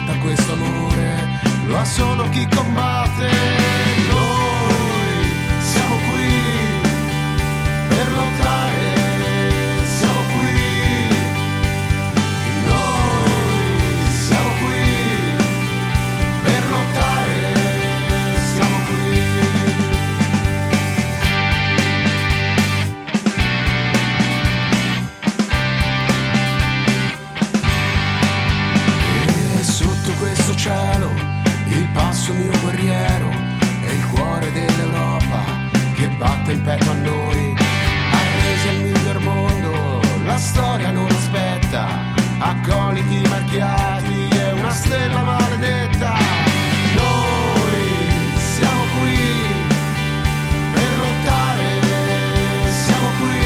per questo amore lo ha solo chi combatte. Noi siamo qui per lottare, siamo qui. Noi siamo qui per lottare, siamo qui. E sotto questo cielo il passo mio guerriero è il cuore dell'Europa che batte il petto a noi. Arresi al miglior mondo, la storia non aspetta, accoliti marchiati, è una stella maledetta. Noi siamo qui per lottare, siamo qui.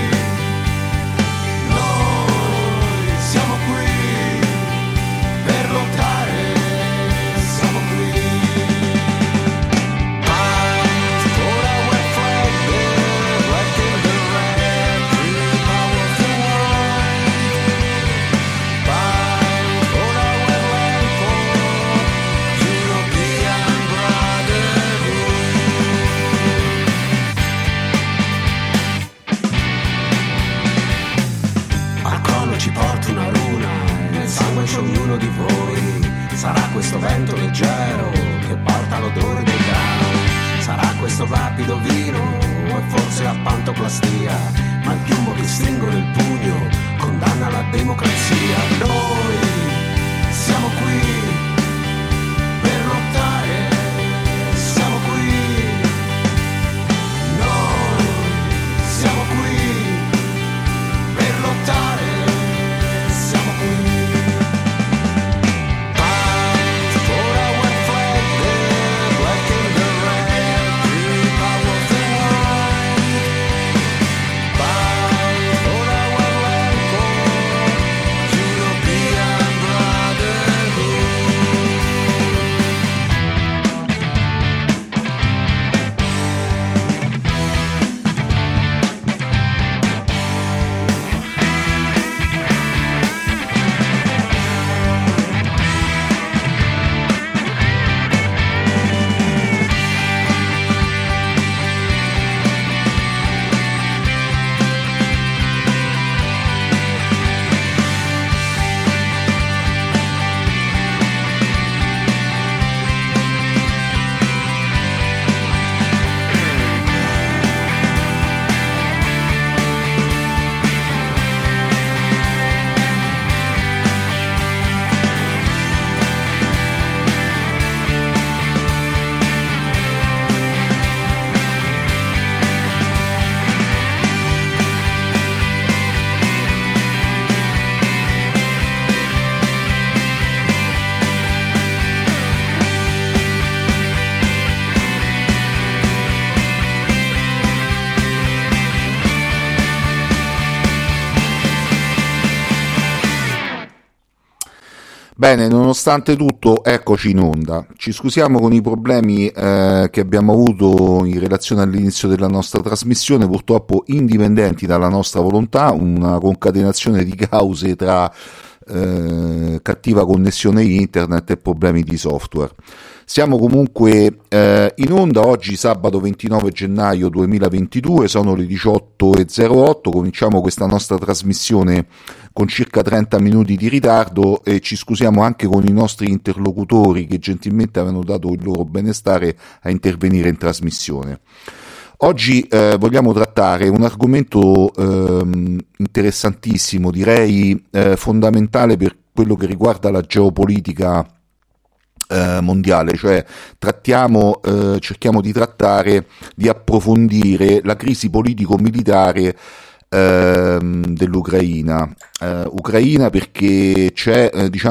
Noi siamo qui per lottare, siamo qui. Fight for our flag, the black and the red, free powerful world. Fight for our land, for European brotherhood. Al collo ci porta una runa, nel sangue c'è ognuno di voi. Sarà questo vento leggero che porta l'odore del grano, sarà questo rapido vino o forse la pantoplastia, ma il piumbo che stringo nel pugno condanna la democrazia. Noi siamo qui per lottare, siamo qui. Noi siamo qui per lottare, siamo qui. Fight for our flag, the black and the red, free powerful world. Fight for our land, for European brotherhood. Bene, nonostante tutto, eccoci in onda. Ci scusiamo con i problemi che abbiamo avuto in relazione all'inizio della nostra trasmissione, purtroppo indipendenti dalla nostra volontà, una concatenazione di cause tra cattiva connessione internet e problemi di software. Siamo comunque in onda oggi, sabato 29 gennaio 2022, sono le 18:08, cominciamo questa nostra trasmissione con circa 30 minuti di ritardo e ci scusiamo anche con i nostri interlocutori che gentilmente avevano dato il loro benestare a intervenire in trasmissione. Oggi vogliamo trattare un argomento interessantissimo, direi fondamentale per quello che riguarda la geopolitica mondiale, cioè cerchiamo di trattare, di approfondire la crisi politico-militare dell'Ucraina. Ucraina perché c'è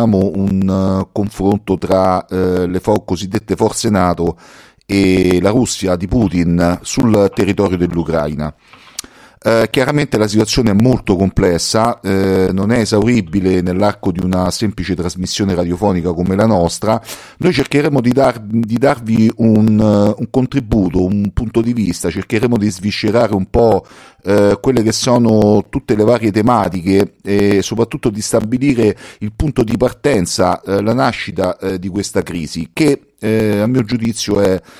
un confronto tra le cosiddette forze NATO e la Russia di Putin sul territorio dell'Ucraina. Chiaramente la situazione è molto complessa, non è esauribile nell'arco di una semplice trasmissione radiofonica come la nostra. Noi cercheremo di darvi un contributo, un punto di vista, cercheremo di sviscerare un po' quelle che sono tutte le varie tematiche e soprattutto di stabilire il punto di partenza, la nascita di questa crisi che a mio giudizio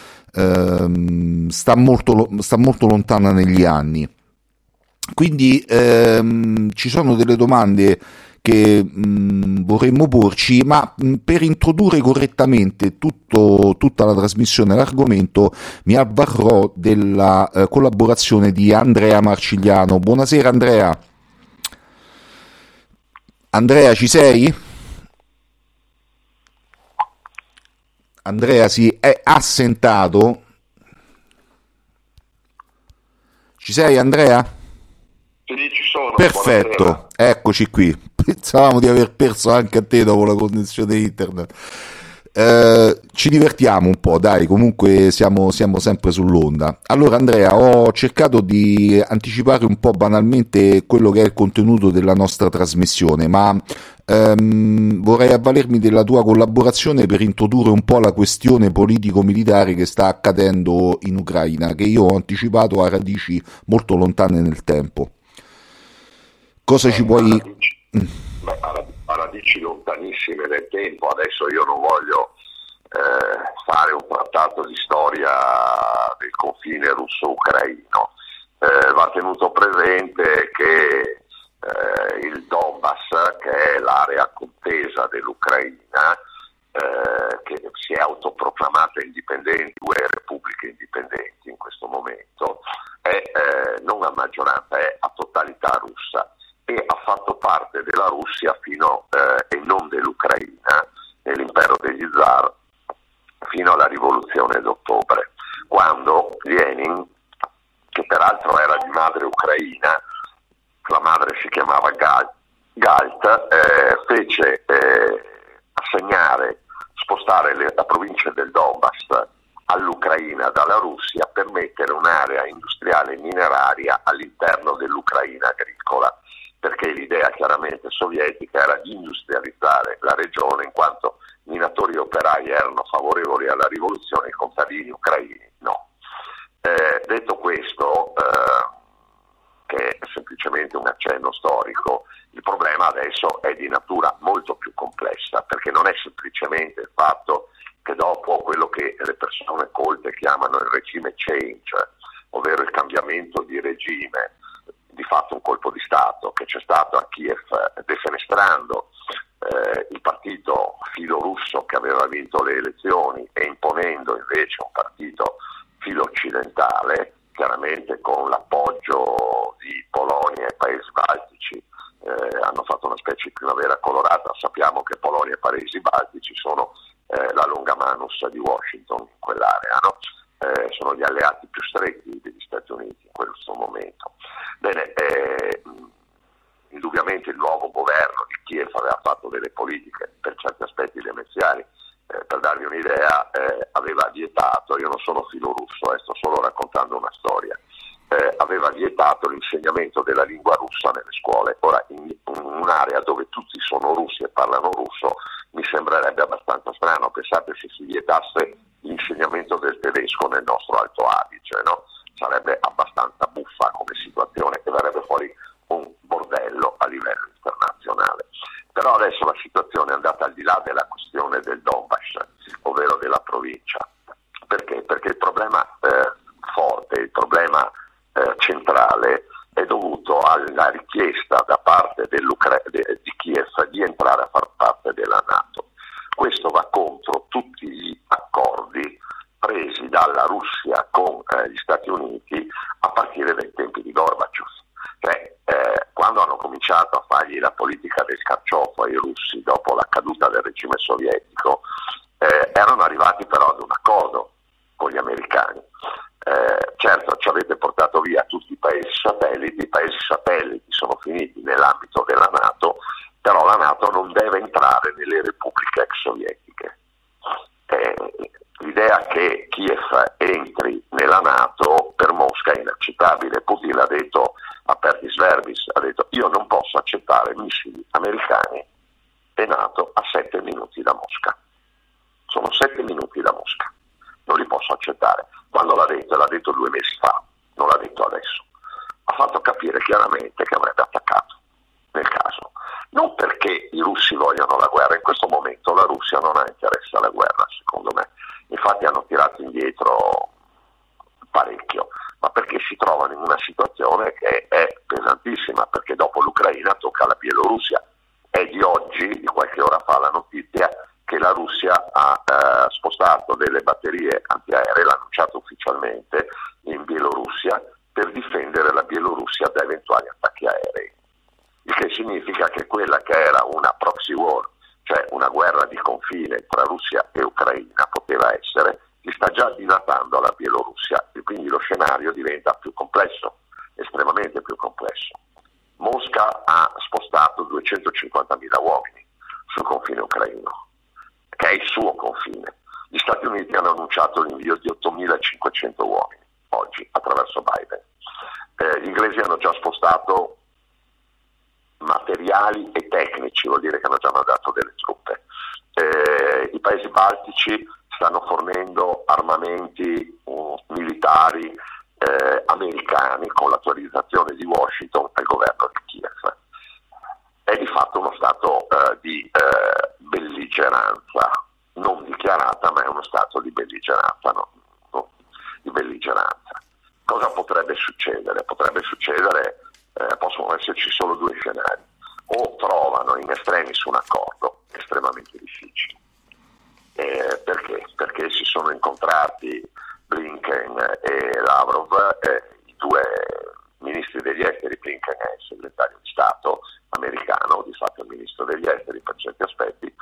sta molto lontana negli anni. Quindi ci sono delle domande che vorremmo porci, ma per introdurre correttamente tutta la trasmissione all'argomento mi avvarrò della collaborazione di Andrea Marcigliano. Buonasera Andrea. Andrea, ci sei? Andrea si è assentato. Ci sei Andrea? Sì, ci sono. Perfetto, buonasera. Eccoci qui. Pensavamo di aver perso anche a te dopo la connessione internet. Ci divertiamo un po', dai, comunque siamo sempre sull'onda. Allora Andrea, ho cercato di anticipare un po' banalmente quello che è il contenuto della nostra trasmissione, ma vorrei avvalermi della tua collaborazione per introdurre un po' la questione politico-militare che sta accadendo in Ucraina, che io ho anticipato a radici molto lontane nel tempo. Cosa ci puoi... A radici lontanissime nel tempo. Adesso io non voglio fare un trattato di storia del confine russo-ucraino. Va tenuto presente che il Donbass, che è l'area contesa dell'Ucraina, che si è autoproclamata indipendente, due repubbliche indipendenti in questo momento, è non a maggioranza, è a totalità russa, e ha fatto parte della Russia fino e non dell'Ucraina, nell'impero degli zar, fino alla rivoluzione d'ottobre, quando Lenin, che peraltro era di madre ucraina, la madre si chiamava Galt, fece spostare la provincia del Donbass all'Ucraina dalla Russia per mettere un'area industriale mineraria all'interno dell'Ucraina agricola, perché l'idea chiaramente sovietica era di industrializzare la regione, in quanto minatori e operai erano favorevoli alla rivoluzione, i contadini ucraini no. Detto questo, che è semplicemente un accenno storico, il problema adesso è di natura molto più complessa, perché non è semplicemente il fatto che dopo quello che le persone colte chiamano il regime change, ovvero il cambiamento di regime, di fatto un colpo di Stato che c'è stato a Kiev, defenestrando il partito filorusso che aveva vinto le elezioni e imponendo invece un partito filo-occidentale, chiaramente con l'appoggio di Polonia e Paesi Baltici. Hanno fatto una specie di primavera colorata. Sappiamo che Polonia e Paesi Baltici sono la longamanus di Washington in quell'area, no? Sono gli alleati più stretti degli Stati Uniti in questo momento. Bene, indubbiamente il nuovo governo di Kiev aveva fatto delle politiche per certi aspetti demenziali. Per darvi un'idea, aveva vietato, io non sono filorusso, sto solo raccontando una storia, aveva vietato l'insegnamento della lingua russa nelle scuole. Ora, in un'area dove tutti sono russi e parlano russo, mi sembrerebbe abbastanza strano. Pensate se si vietasse l'insegnamento del tedesco nel nostro Alto Adige, no? Sarebbe abbastanza buffa come situazione e verrebbe fuori un bordello a livello internazionale. Però adesso la situazione è andata al di là della questione del Donbass, ovvero della provincia. Perché? Perché il problema forte, il problema centrale è dovuto alla richiesta da parte di Kiev di entrare a far parte della NATO. Questo va contro tutti gli accordi presi dalla Russia con gli Stati Uniti a partire dai tempi di Gorbaciov. Cioè, quando hanno cominciato a fargli la politica del carciofo ai russi dopo la caduta del regime sovietico, erano arrivati però ad un accordo con gli americani. Certo, ci avete portato via tutti i paesi satelliti sono finiti nell'ambito della NATO, però la NATO non deve entrare nelle repubbliche ex sovietiche. L'idea che Kiev entri nella NATO per Mosca è inaccettabile. Putin ha detto apertis verbis, ha detto: io non posso accettare missili americani e NATO a 7 minuti da Mosca. Sono 7 minuti da Mosca, non li posso accettare. Quando l'ha detto 2 mesi fa, non l'ha detto adesso. Ha fatto capire chiaramente che avrebbe attaccato nel caso, non perché i russi vogliono la guerra. In questo momento la Russia non ha interesse alla guerra, secondo me, infatti hanno tirato indietro parecchio, ma perché si trovano in una situazione che è pesantissima, perché dopo l'Ucraina tocca la Bielorussia. È di oggi, di qualche ora fa, la notizia che la Russia ha spostato delle batterie antiaeree, l'ha annunciato ufficialmente, in Bielorussia per difendere la Bielorussia da eventuali attacchi aerei. Il che significa che quella che era una proxy war, cioè una guerra di confine tra Russia e Ucraina, poteva essere, si sta già dilatando alla Bielorussia e quindi lo scenario diventa più complesso, estremamente più complesso. Mosca ha spostato 250.000 uomini sul confine ucraino, che è il suo confine. Gli Stati Uniti hanno annunciato l'invio di 8.500 uomini oggi attraverso Biden. Gli inglesi hanno già spostato materiali e tecnici, vuol dire che hanno già mandato delle truppe. I paesi baltici stanno fornendo armamenti militari americani con l'autorizzazione di Washington al governo di Kiev. È di fatto uno stato di belligeranza, non dichiarata, ma è uno stato di belligeranza, di belligeranza. Cosa potrebbe succedere? Potrebbe succedere, possono esserci solo 2 scenari: o trovano in estremis un accordo, estremamente difficile. Perché? Perché si sono incontrati Blinken e Lavrov, i 2 ministri degli esteri. Blinken è il segretario di Stato americano, di fatto il ministro degli esteri per certi aspetti,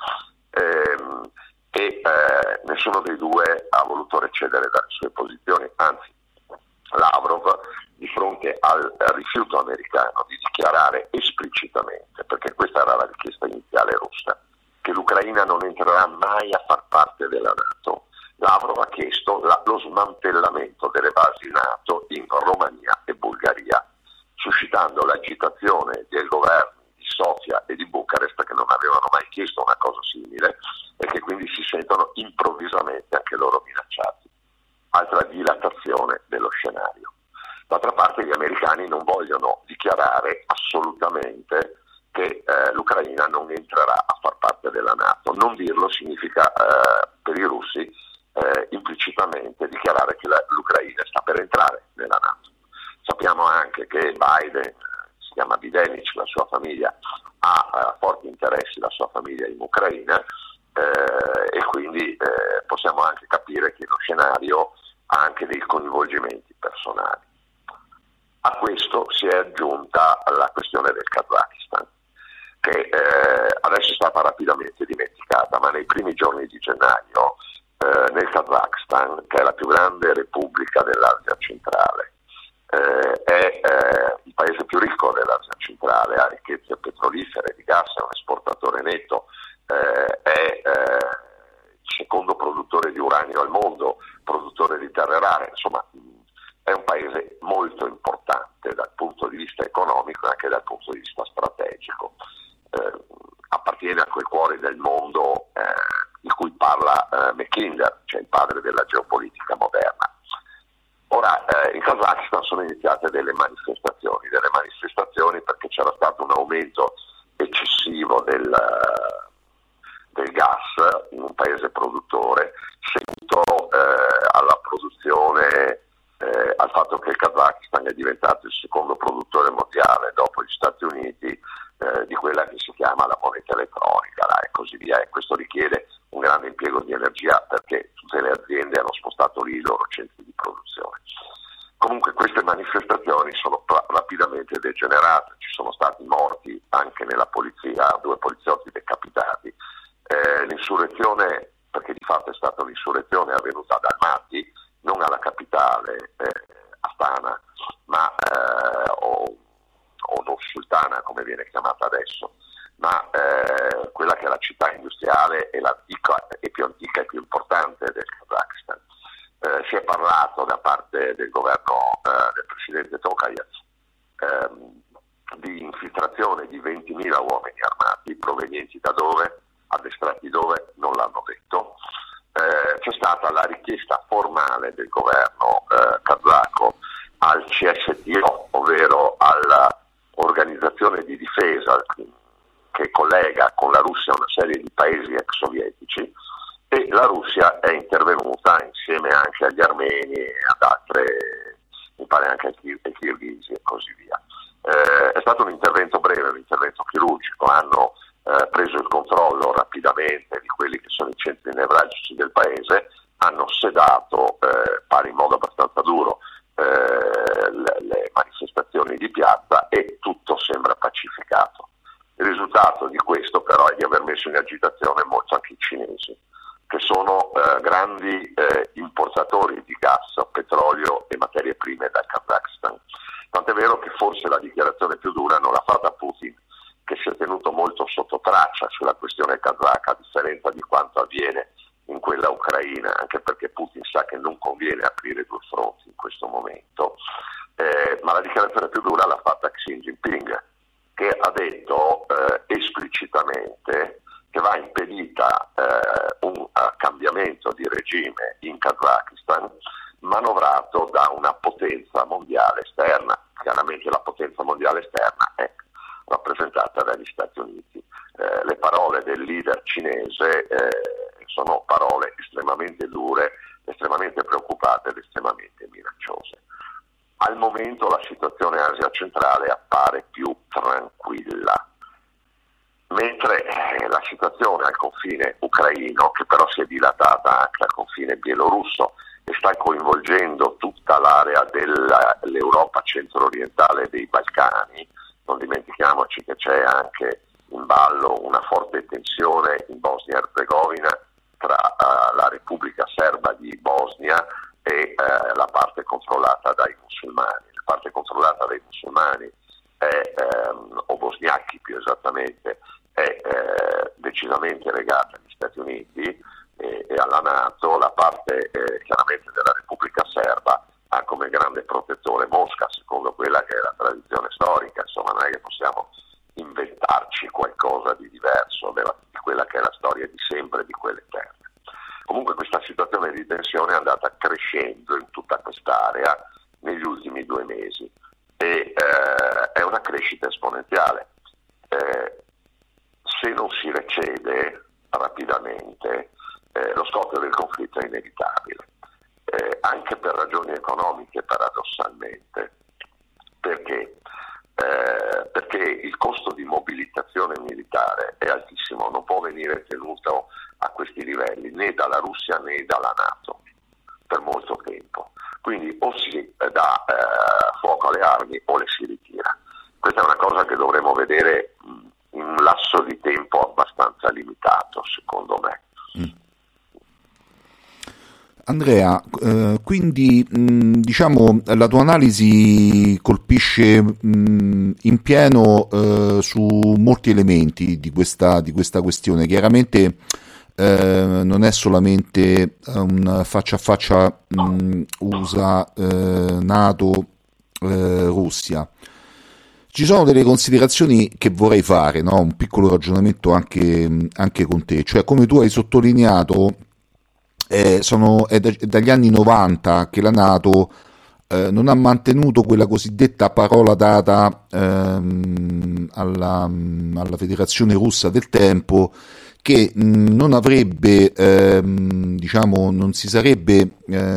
e nessuno dei 2 ha voluto recedere dalle sue posizioni, anzi Lavrov, di fronte al rifiuto americano di dichiarare esplicitamente, perché questa era la richiesta iniziale russa, che l'Ucraina non entrerà mai a far parte della NATO, Lavrov ha chiesto lo smantellamento delle basi NATO in Romania e Bulgaria, suscitando l'agitazione del governo di Sofia e di Bucarest, che non avevano mai chiesto una cosa simile e che quindi si sentono improvvisamente anche loro minacciati. Altra dilatazione dello scenario. D'altra parte gli americani non vogliono dichiarare assolutamente che l'Ucraina non entrerà a far parte della NATO. Non dirlo significa per i russi implicitamente dichiarare che l'Ucraina sta per entrare nella NATO. Sappiamo anche che Biden, si chiama Bidenic, la sua famiglia, ha forti interessi, la sua famiglia in Ucraina, e quindi possiamo anche capire che lo scenario ha anche dei coinvolgimenti personali. A questo si è aggiunta la questione del Kazakistan, che adesso è stata rapidamente dimenticata, ma nei primi giorni di gennaio nel Kazakistan, che è la più grande repubblica dell'Asia centrale, è il paese più ricco dell'Asia centrale, ha ricchezze petrolifere, di gas, è un esportatore netto, è il secondo produttore di uranio al mondo, produttore di terre rare, insomma è un paese molto importante dal punto di vista economico e anche dal punto di vista strategico. Appartiene a quel cuore del mondo di cui parla Mackinder, cioè il padre della geopolitica moderna. Ora, in Kazakistan sono iniziate delle manifestazioni perché c'era stato un aumento eccessivo del gas in un paese produttore, seguito alla produzione, al fatto che il Kazakistan è diventato il secondo produttore mondiale dopo gli Stati Uniti di quella che si chiama la moneta elettronica e così via, e questo richiede un grande impiego di energia perché tutte le aziende hanno spostato lì i loro centri di produzione. Comunque queste manifestazioni sono rapidamente degenerate, ci sono stati morti anche nella polizia, 2 poliziotti decapitati. L'insurrezione, perché di fatto è stata un'insurrezione, è avvenuta ad Almaty, non alla capitale Astana, ma o non Sultana come viene chiamata adesso, ma quella che è la città industriale e l'antica e più antica e più importante del Kazakistan. Si è parlato da parte del governo del presidente Tokayev di infiltrazione di 20.000 uomini armati, provenienti da dove, addestrati dove, non l'hanno detto. C'è stata la richiesta formale del governo kazako al CSTO, ovvero all'organizzazione di difesa che collega con la Russia una serie di paesi ex sovietici, e la Russia è intervenuta insieme anche agli armeni e ad altre, mi pare anche ai kirghisi e così via. È stato un intervento breve, un intervento chirurgico, hanno preso il controllo rapidamente di quelli che sono i centri nevralgici del paese, hanno sedato, pare in modo abbastanza duro, le manifestazioni di piazza, e tutto sembra pacificato. Il risultato di questo però è di aver messo in agitazione molto anche i cinesi, che sono grandi importatori di gas, petrolio e materie prime dal Kazakistan. Tant'è vero che forse la dichiarazione più dura non l'ha fatta Putin, che si è tenuto molto sotto traccia sulla questione kazaka, a differenza di quanto avviene in quella ucraina, anche perché Putin sa che non conviene aprire due fronti in questo momento, ma la dichiarazione più dura l'ha fatta Xi Jinping, che ha detto esplicitamente che va impedita un cambiamento di regime in Kazakistan manovrato da una potenza mondiale esterna. Chiaramente la potenza mondiale esterna è rappresentata dagli Stati Uniti. Le parole del leader cinese sono parole estremamente dure, estremamente preoccupate ed estremamente minacciose. Al momento la situazione Asia centrale appare più tranquilla, mentre la situazione al confine ucraino, che però si è dilatata anche al confine bielorusso e sta coinvolgendo tutta l'area dell'Europa centro-orientale e dei Balcani, non dimentichiamoci che c'è anche in ballo una forte tensione in Bosnia-Herzegovina tra la Repubblica Serba di Bosnia e la parte controllata dai musulmani. La parte controllata dai musulmani o bosniachi più esattamente, è decisamente legata agli Stati Uniti e alla NATO. La parte chiaramente della Repubblica Serba ha come grande protettore Mosca, secondo quella che è la tradizione storica. Insomma, non è che possiamo inventarci qualcosa di diverso di quella che è la storia di sempre di quelle terre. Comunque questa situazione di tensione è andata crescendo in tutta quest'area negli ultimi 2 mesi e è una crescita esponenziale. Se non si recede rapidamente, lo scoppio del conflitto è inevitabile, anche per ragioni economiche paradossalmente, perché il costo di mobilitazione militare è altissimo, non può venire tenuto a questi livelli né dalla Russia né dalla NATO per molto tempo, quindi o si dà fuoco alle armi o le si ritira. Questa è una cosa che dovremo vedere in un lasso di tempo abbastanza limitato, secondo me. Andrea, quindi diciamo la tua analisi colpisce in pieno su molti elementi di questa questione. Chiaramente non è solamente un faccia a faccia USA NATO Russia. Ci sono delle considerazioni che vorrei fare, no? Un piccolo ragionamento anche con te, cioè come tu hai sottolineato è dagli anni 90 che la NATO non ha mantenuto quella cosiddetta parola data alla Federazione Russa del tempo, che non avrebbe, non si sarebbe,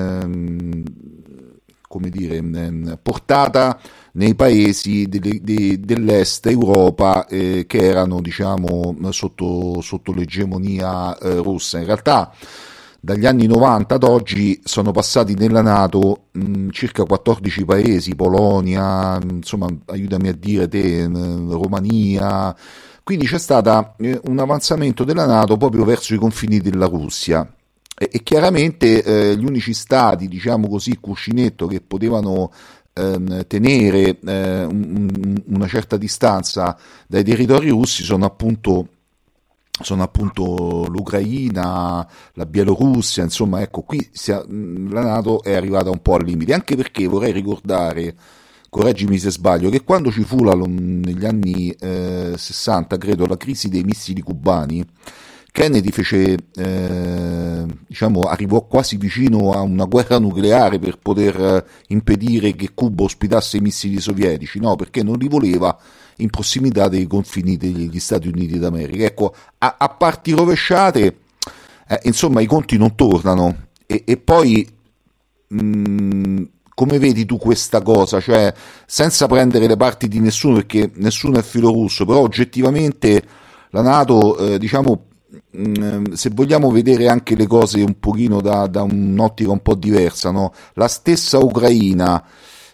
come dire, portata nei paesi dell'est Europa che erano, diciamo, sotto l'egemonia russa. In realtà dagli anni 90 ad oggi sono passati nella NATO circa 14 paesi, Polonia, insomma, aiutami a dire te, Romania. Quindi c'è stato un avanzamento della NATO proprio verso i confini della Russia e chiaramente gli unici stati, diciamo così, cuscinetto che potevano tenere una certa distanza dai territori russi sono appunto l'Ucraina, la Bielorussia, insomma, ecco, qui la NATO è arrivata un po' al limite, anche perché vorrei ricordare correggimi se sbaglio, che quando ci fu negli anni 60, credo, la crisi dei missili cubani, Kennedy fece, diciamo, arrivò quasi vicino a una guerra nucleare per poter impedire che Cuba ospitasse i missili sovietici, no? Perché non li voleva in prossimità dei confini degli Stati Uniti d'America. Ecco, a parti rovesciate, insomma, i conti non tornano. E poi, come vedi tu questa cosa? Cioè, senza prendere le parti di nessuno, perché nessuno è filorusso, però oggettivamente la NATO, diciamo, se vogliamo vedere anche le cose un pochino da un'ottica un po' diversa, no? La stessa Ucraina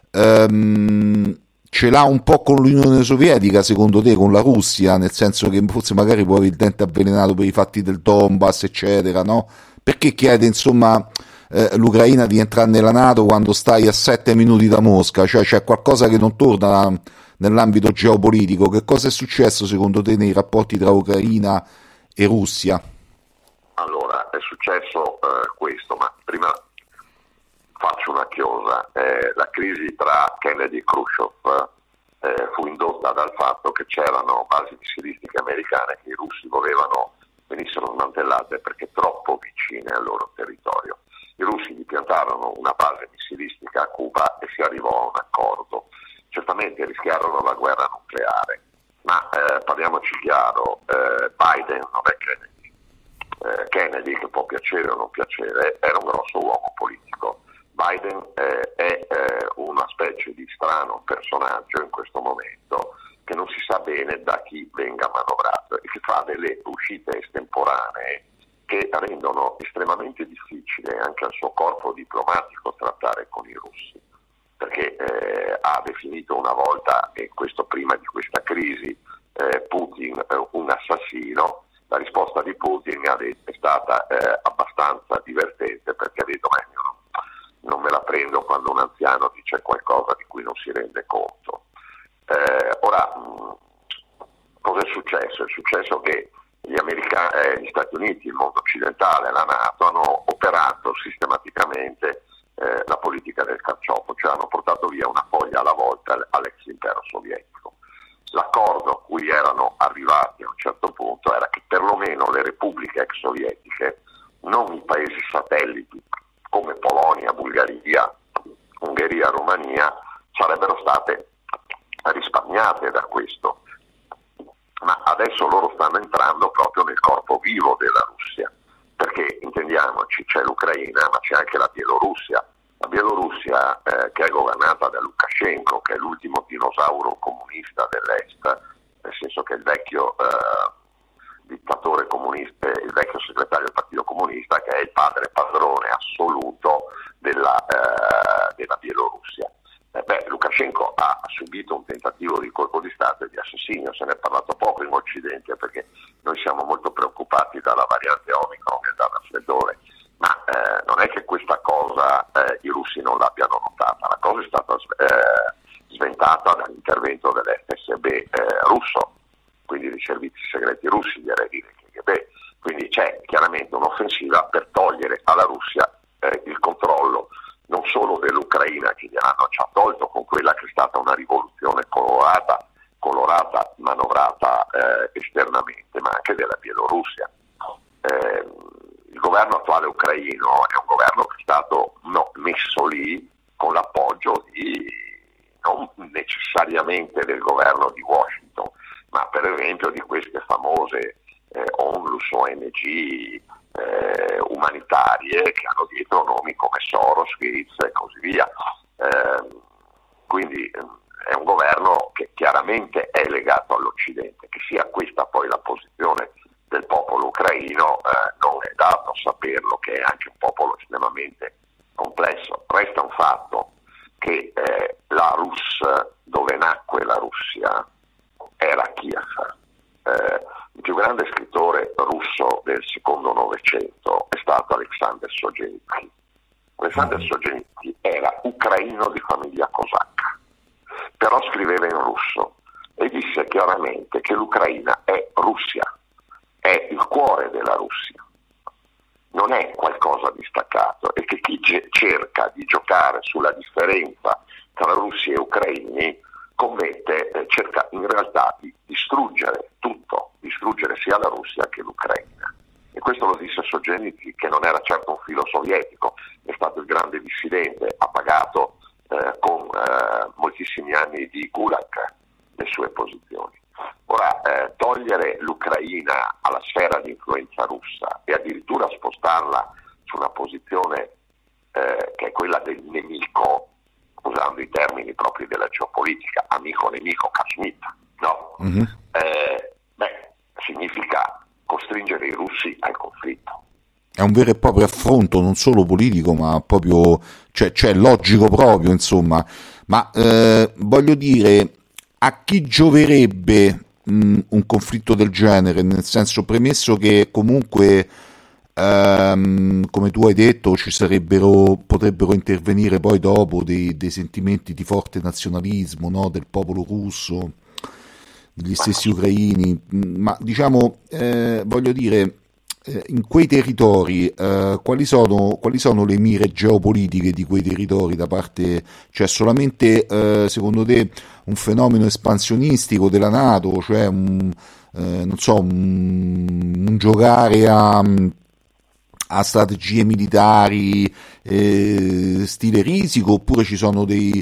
ce l'ha un po' con l'Unione Sovietica, secondo te, con la Russia, nel senso che forse magari può avere il dente avvelenato per i fatti del Donbass, eccetera, no? Perché chiede, insomma, l'Ucraina di entrare nella NATO quando stai a 7 minuti da Mosca? Cioè c'è qualcosa che non torna nell'ambito geopolitico. Che cosa è successo secondo te nei rapporti tra Ucraina e Russia? Allora, è successo questo, ma prima faccio una chiosa. La crisi tra Kennedy e Khrushchev fu indotta dal fatto che c'erano basi missilistiche americane che i russi volevano venissero smantellate perché troppo vicine al loro territorio. I russi gli piantarono una base missilistica a Cuba e si arrivò a un accordo. Certamente rischiarono la guerra nucleare, ma parliamoci chiaro, Biden non è Kennedy. Kennedy, che può piacere o non piacere, era un grosso uomo politico. Biden è una specie di strano personaggio in questo momento che non si sa bene da chi venga manovrato e che fa delle uscite estemporanee che rendono estremamente difficile anche al suo corpo diplomatico trattare con i russi, perché ha definito una volta, e questo prima di questa crisi, Putin un assassino. La risposta di Putin è stata abbastanza divertente, perché ha detto: ma io non me la prendo quando un anziano dice qualcosa di cui non si rende conto. Ora, cosa è successo? È successo che gli Stati Uniti, il mondo occidentale, la NATO hanno operato sistematicamente la politica del carciofo, cioè hanno portato via una foglia alla volta all'ex impero sovietico. L'accordo a cui erano arrivati a un certo punto era che perlomeno le repubbliche ex sovietiche, non i paesi satelliti come Polonia, Bulgaria, Ungheria, Romania, sarebbero state risparmiate da questo. Ma adesso loro stanno entrando proprio nel corpo vivo della Russia, perché intendiamoci, c'è l'Ucraina ma c'è anche la Bielorussia. La Bielorussia che è governata da Lukashenko, che è l'ultimo dinosauro comunista dell'Est, nel senso che il vecchio dittatore comunista, il vecchio segretario del Partito Comunista, che è il padrone assoluto della Bielorussia. Lukashenko ha subito un tentativo di colpo di Stato e di assassinio, se ne è parlato poco in Occidente perché noi siamo molto preoccupati dalla variante Omicron e dal raffreddore, ma non è che questa cosa i russi non l'abbiano notata. La cosa è stata sventata dall'intervento dell'FSB russo, quindi dei servizi segreti russi, gli RD del KGB. Quindi c'è chiaramente un'offensiva per togliere alla Russia il controllo non solo dell'Ucraina, che gliel'hanno già tolto con quella che è stata una rivoluzione colorata, manovrata esternamente, ma anche della Bielorussia. Il governo attuale ucraino è un governo che è stato messo lì con l'appoggio non necessariamente del governo di Washington, ma per esempio di queste famose ONLUS, ONG umanitarie che hanno dietro nomi come Soros, Gates e così via. Quindi è un governo che chiaramente è legato all'Occidente. Che sia questa poi la posizione del popolo ucraino non è dato saperlo, che è anche un popolo estremamente complesso. Resta un fatto che la Rus, dove nacque la Russia, era Kiev. Il più grande scrittore russo del secondo Novecento è stato Alexander Solzhenitsyn. Alexander Solzhenitsyn era ucraino di famiglia cosacca, però scriveva in russo e disse chiaramente che l'Ucraina è Russia, è il cuore della Russia, non è qualcosa di staccato, e che chi cerca di giocare sulla differenza tra russi e ucraini cerca in realtà di distruggere tutto, distruggere sia la Russia che l'Ucraina. E questo lo disse Solženicyn, che non era certo un filo sovietico, è stato il grande dissidente, ha pagato con moltissimi anni di Gulag le sue posizioni. Ora, togliere l'Ucraina alla sfera di influenza russa e addirittura spostarla su una posizione che è quella del nemico, usando i termini propri della geopolitica, amico-nemico, Kashmir, no? Mm-hmm. Significa costringere i russi al conflitto. È un vero e proprio affronto, non solo politico, ma proprio, cioè logico proprio, insomma. Ma voglio dire, a chi gioverebbe un conflitto del genere? Nel senso, premesso che comunque, come tu hai detto, potrebbero intervenire poi dopo dei sentimenti di forte nazionalismo, no? Del popolo russo, degli stessi ucraini, ma diciamo, voglio dire, in quei territori quali sono le mire geopolitiche di quei territori da parte, cioè solamente secondo te un fenomeno espansionistico della NATO, cioè un giocare a strategie militari stile Risico, oppure ci sono dei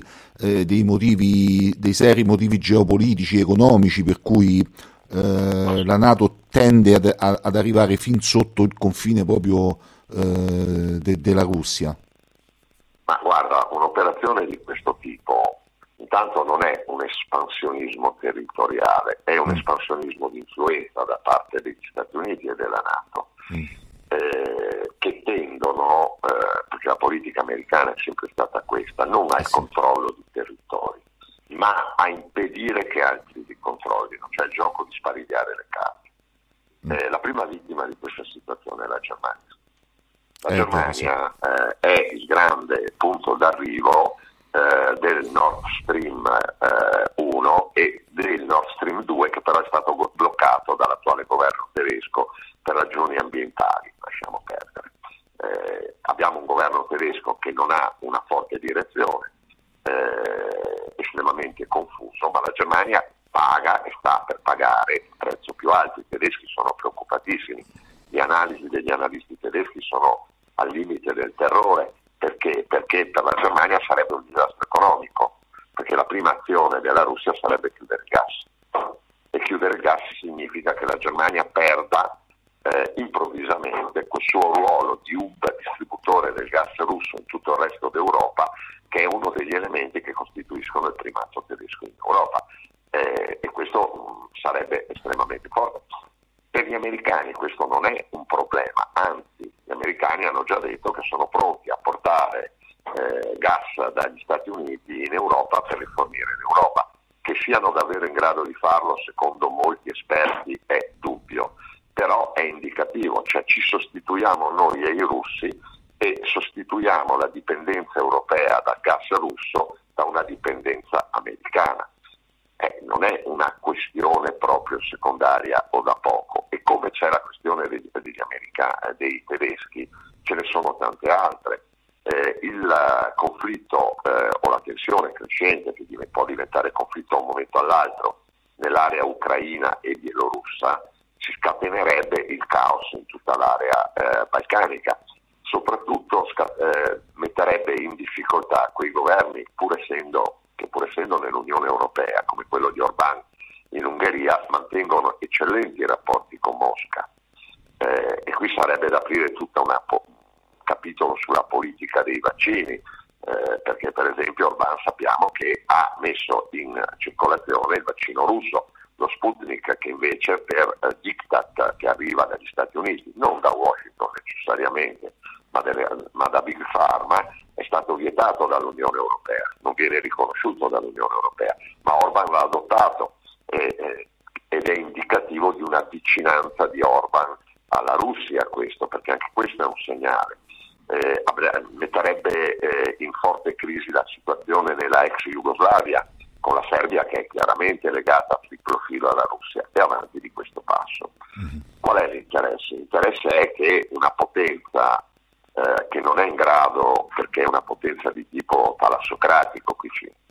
seri motivi geopolitici, economici, per cui la NATO tende ad arrivare fin sotto il confine proprio della Russia? Ma guarda, un'operazione di questo tipo intanto non è un espansionismo territoriale, è un espansionismo di influenza da parte degli Stati Uniti e della NATO, che tendono, perché la politica americana è sempre stata questa, non al controllo di territori, ma a impedire che altri li controllino, cioè il gioco di sparigliare le carte. La prima vittima di questa situazione è la Germania. La Germania è il grande punto d'arrivo del Nord Stream 1 e del Nord Stream 2, che però è stato bloccato dall'attuale governo tedesco per ragioni ambientali. Lasciamo perdere. Abbiamo un governo tedesco che non ha una forte direzione, estremamente confuso, ma la Germania paga e sta per pagare il prezzo più alto. I tedeschi sono preoccupatissimi, le analisi degli analisti tedeschi sono al limite del terrore, perché per la Germania sarebbe un disastro economico, perché la prima azione della Russia sarebbe chiudere il gas, e chiudere il gas significa che la Germania perda improvvisamente quel suo ruolo di hub distributore del gas russo in tutto il resto d'Europa, che è uno degli elementi che costituiscono il primato tedesco in Europa, e questo sarebbe estremamente forte. Per gli americani questo non è un problema, anzi gli americani hanno già detto che sono pronti a portare gas dagli Stati Uniti in Europa per rifornire l'Europa. Che siano davvero in grado di farlo, secondo molti esperti, è dubbio, però è indicativo, cioè ci sostituiamo noi e i russi e sostituiamo la dipendenza europea dal gas russo da una dipendenza americana. Non è una questione proprio secondaria o da poco, e come c'è la questione dei tedeschi, ce ne sono tante altre. Il conflitto o la tensione crescente, che può diventare conflitto da un momento all'altro nell'area ucraina e bielorussa, si scatenerebbe il caos in tutta l'area balcanica. Soprattutto metterebbe in difficoltà quei governi, pur essendo nell'Unione Europea, come quello di Orbán in Ungheria, mantengono eccellenti rapporti con Mosca, e qui sarebbe da aprire tutto un capitolo sulla politica dei vaccini, perché per esempio Orbán sappiamo che ha messo in circolazione il vaccino russo, lo Sputnik, che invece per diktat che arriva dagli Stati Uniti, non da Washington necessariamente, ma da Big Pharma, è stato vietato dall'Unione Europea, non viene riconosciuto dall'Unione Europea, ma Orbán l'ha adottato, ed è indicativo di una vicinanza di Orbán alla Russia, questo, perché anche questo è un segnale. Metterebbe in forte crisi la situazione nella ex Jugoslavia, con la Serbia che è chiaramente legata a triplo filo alla Russia, e avanti di questo passo. Qual è l'interesse? L'interesse è che una potenza che non è in grado, perché è una potenza di tipo talassocratico, qui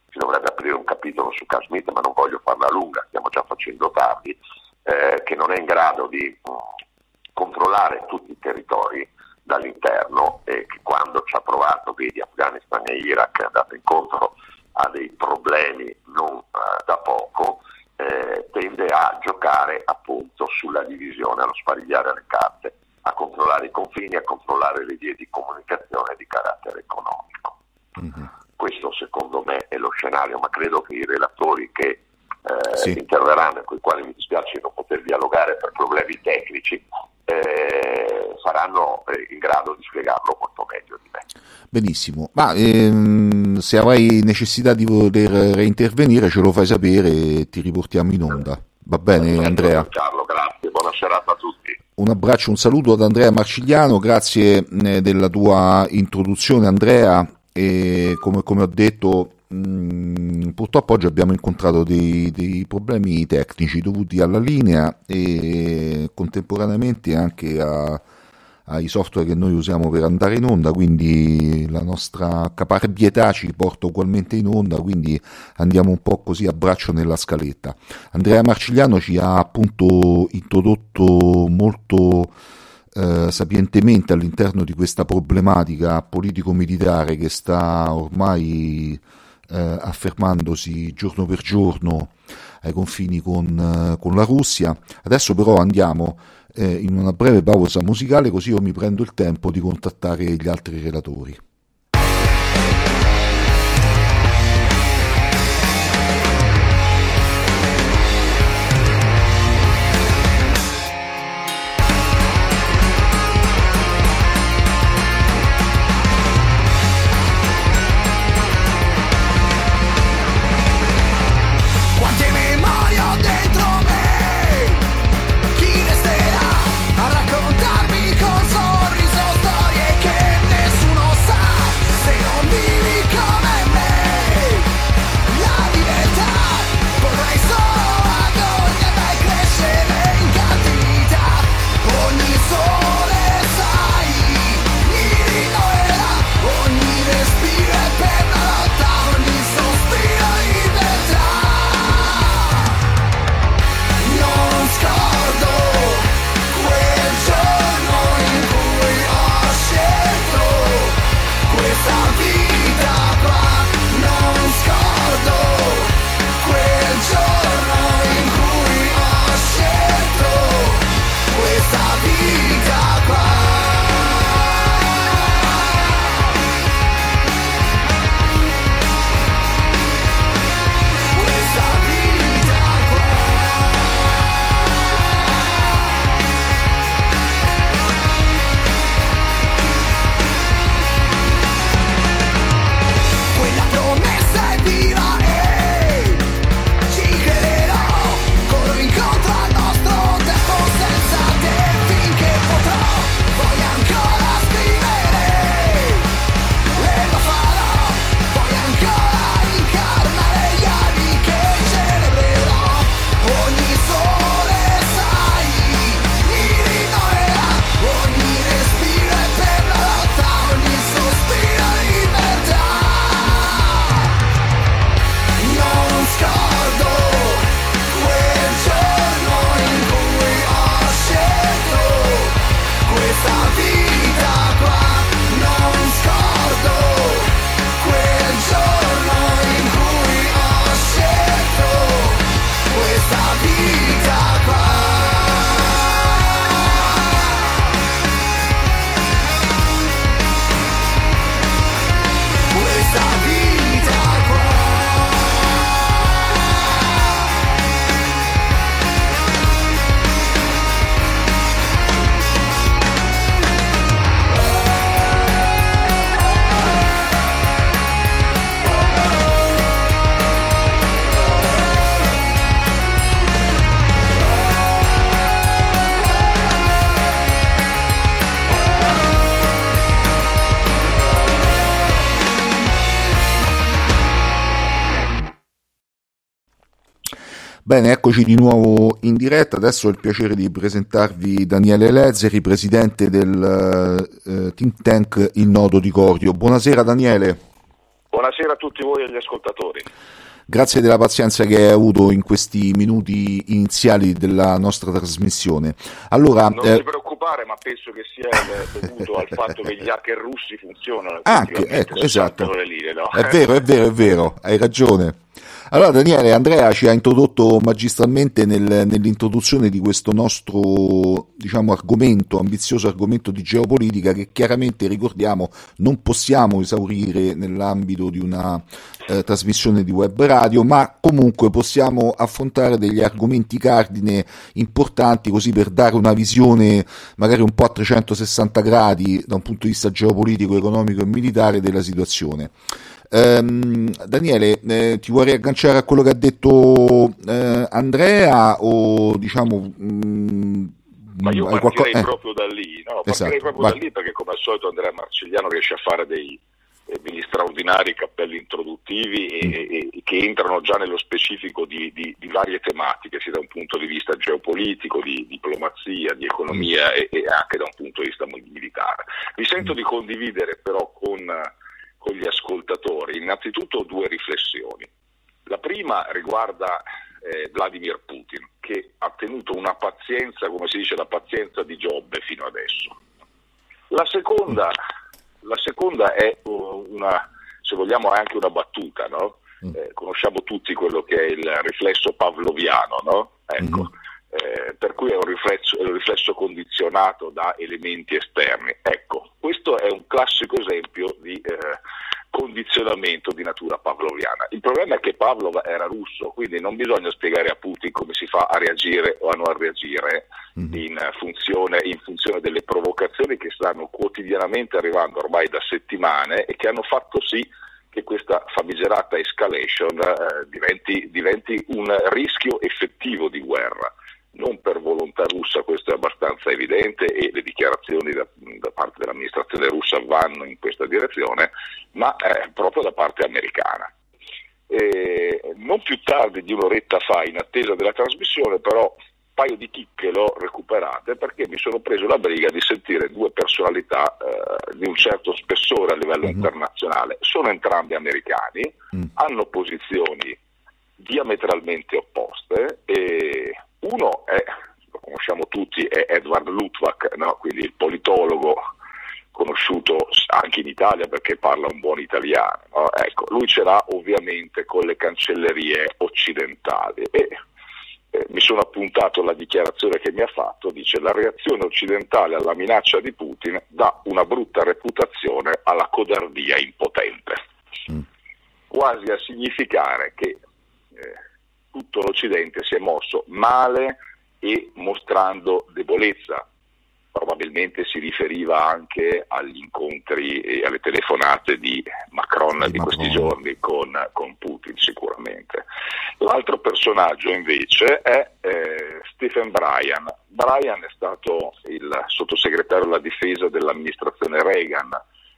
si dovrebbe aprire un capitolo su Carl Schmitt, ma non voglio farla lunga, stiamo già facendo tardi, che non è in grado di controllare tutti i territori dall'interno, e che quando ci ha provato, vedi Afghanistan e Iraq, è andato incontro a dei problemi non da poco, tende a giocare appunto sulla divisione, allo sparigliare le carte, a controllare i confini, a controllare le vie di comunicazione di carattere economico. Questo secondo me è lo scenario, ma credo che i relatori che interverranno, con i quali mi dispiace non poter dialogare per problemi tecnici, saranno in grado di spiegarlo molto meglio di me. Benissimo, ma se avrai necessità di poter reintervenire ce lo fai sapere e ti riportiamo in onda. Va bene, Andrea? Carlo, grazie, buona serata a tutti. Un abbraccio, un saluto ad Andrea Marcigliano, grazie della tua introduzione, Andrea, e come ho detto purtroppo oggi abbiamo incontrato dei problemi tecnici dovuti alla linea e contemporaneamente anche ai software che noi usiamo per andare in onda, quindi la nostra caparbietà ci porta ugualmente in onda, quindi andiamo un po' così a braccio nella scaletta. Andrea Marcigliano ci ha appunto introdotto molto sapientemente all'interno di questa problematica politico-militare che sta ormai affermandosi giorno per giorno ai confini con la Russia. Adesso però andiamo in una breve pausa musicale, così io mi prendo il tempo di contattare gli altri relatori. Bene, eccoci di nuovo in diretta. Adesso ho il piacere di presentarvi Daniele Lezzeri, presidente del think tank Il Nodo di Corio. Buonasera Daniele. Buonasera buonasera a tutti voi e agli ascoltatori. Grazie della pazienza che hai avuto in questi minuti iniziali della nostra trasmissione. Allora, non ti preoccupare, ma penso che sia dovuto al fatto che gli hacker russi funzionano. Anche, ecco, esatto. Le linee, no? È vero, hai ragione. Allora Daniele, Andrea ci ha introdotto magistralmente nell'introduzione di questo nostro, diciamo, ambizioso argomento di geopolitica che chiaramente, ricordiamo, non possiamo esaurire nell'ambito di una trasmissione di web radio, ma comunque possiamo affrontare degli argomenti cardine importanti, così per dare una visione magari un po' a 360 gradi da un punto di vista geopolitico, economico e militare della situazione. Daniele, ti vorrei agganciare a quello che ha detto Andrea, o diciamo ma io partirei proprio da lì, no? Partirei proprio vai. Da lì, perché come al solito Andrea Marcigliano riesce a fare degli straordinari cappelli introduttivi e che entrano già nello specifico di varie tematiche, sia da un punto di vista geopolitico, di diplomazia, di economia e anche da un punto di vista militare. Mi sento di condividere però con gli ascoltatori innanzitutto due riflessioni. La prima riguarda Vladimir Putin, che ha tenuto una pazienza, come si dice, la pazienza di Giobbe fino adesso. La seconda è una, se vogliamo, anche una battuta, no? Conosciamo tutti quello che è il riflesso pavloviano, no? Ecco. Per cui è un riflesso condizionato da elementi esterni. Ecco, questo è un classico esempio di condizionamento di natura pavloviana. Il problema è che Pavlov era russo, quindi non bisogna spiegare a Putin come si fa a reagire o a non reagire in funzione delle provocazioni che stanno quotidianamente arrivando ormai da settimane e che hanno fatto sì che questa famigerata escalation diventi un rischio effettivo di guerra. Non per volontà russa, questo è abbastanza evidente e le dichiarazioni da parte dell'amministrazione russa vanno in questa direzione, ma proprio da parte americana. Non più tardi di un'oretta fa, in attesa della trasmissione, però un paio di chicche l'ho recuperate perché mi sono preso la briga di sentire due personalità di un certo spessore a livello internazionale. Sono entrambi americani, hanno posizioni diametralmente opposte e uno lo conosciamo tutti, è Edward Luttwak, no? Quindi il politologo conosciuto anche in Italia perché parla un buon italiano, no? Ecco, lui ce l'ha ovviamente con le cancellerie occidentali e mi sono appuntato la dichiarazione che mi ha fatto, dice: la reazione occidentale alla minaccia di Putin dà una brutta reputazione alla codardia impotente, quasi a significare che tutto l'Occidente si è mosso male e mostrando debolezza. Probabilmente si riferiva anche agli incontri e alle telefonate di Macron di questi giorni con Putin, sicuramente. L'altro personaggio invece è Stephen Bryan. Bryan è stato il sottosegretario alla difesa dell'amministrazione Reagan,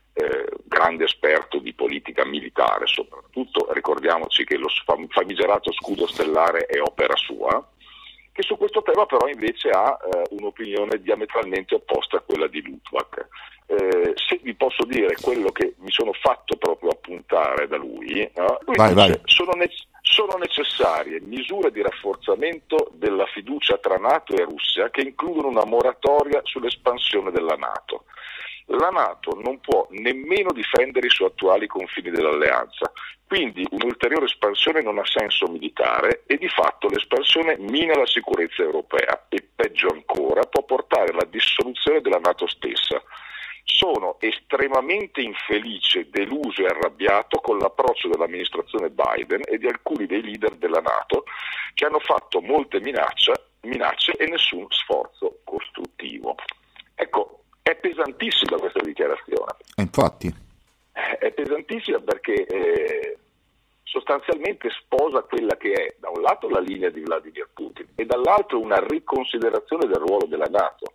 grande esperto di politica militare soprattutto. Ricordiamoci che lo famigerato scudo stellare è opera sua, che su questo tema però invece ha un'opinione diametralmente opposta a quella di Luttwak. Se vi posso dire quello che mi sono fatto proprio appuntare da lui, lui dice: sono necessarie misure di rafforzamento della fiducia tra NATO e Russia che includono una moratoria sull'espansione della NATO. La NATO non può nemmeno difendere i suoi attuali confini dell'alleanza, quindi un'ulteriore espansione non ha senso militare e di fatto l'espansione mina la sicurezza europea e peggio ancora può portare alla dissoluzione della NATO stessa. Sono estremamente infelice, deluso e arrabbiato con l'approccio dell'amministrazione Biden e di alcuni dei leader della NATO che hanno fatto molte minacce e nessun sforzo costruttivo. Ecco, è pesantissima questa dichiarazione. Infatti. È pesantissima perché sostanzialmente sposa quella che è da un lato la linea di Vladimir Putin e dall'altro una riconsiderazione del ruolo della NATO.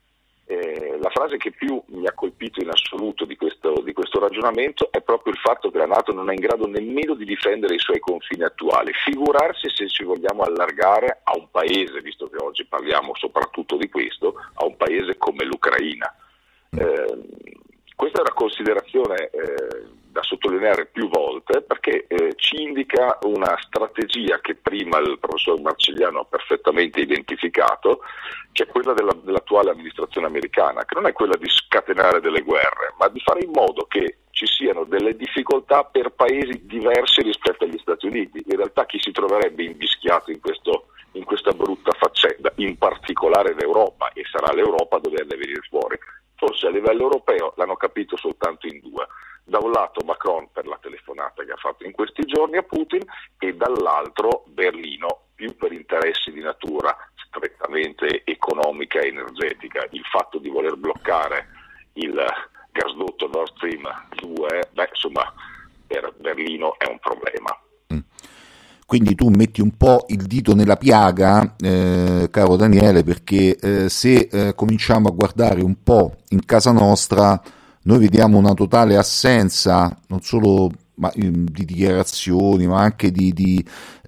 La frase che più mi ha colpito in assoluto di questo ragionamento è proprio il fatto che la NATO non è in grado nemmeno di difendere i suoi confini attuali. Figurarsi se ci vogliamo allargare a un paese, visto che oggi parliamo soprattutto di questo, a un paese come l'Ucraina. Questa è una considerazione da sottolineare più volte, perché ci indica una strategia che prima il professor Marcigliano ha perfettamente identificato, che è quella dell'attuale amministrazione americana, che non è quella di scatenare delle guerre, ma di fare in modo che ci siano delle difficoltà per paesi diversi rispetto agli Stati Uniti. In realtà chi si troverebbe invischiato in questa brutta faccenda, in particolare l'Europa, e sarà l'Europa a doverne venire fuori. Forse a livello europeo l'hanno capito soltanto in due: da un lato Macron per la telefonata che ha fatto in questi giorni a Putin, e dall'altro Berlino, più per interessi di natura strettamente economica e energetica. Il fatto di voler bloccare il gasdotto Nord Stream 2, insomma, per Berlino è un problema. Quindi tu metti un po' il dito nella piaga, caro Daniele, perché se cominciamo a guardare un po' in casa nostra, noi vediamo una totale assenza non solo di dichiarazioni, ma anche di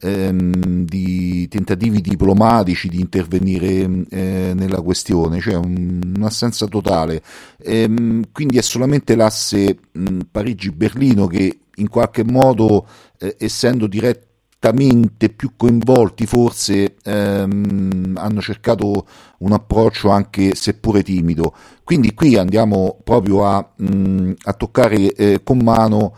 tentativi diplomatici di intervenire nella questione, cioè un'assenza totale. Quindi è solamente l'asse Parigi-Berlino che in qualche modo, essendo direttamente più coinvolti, forse hanno cercato un approccio anche seppure timido. Quindi qui andiamo proprio a toccare con mano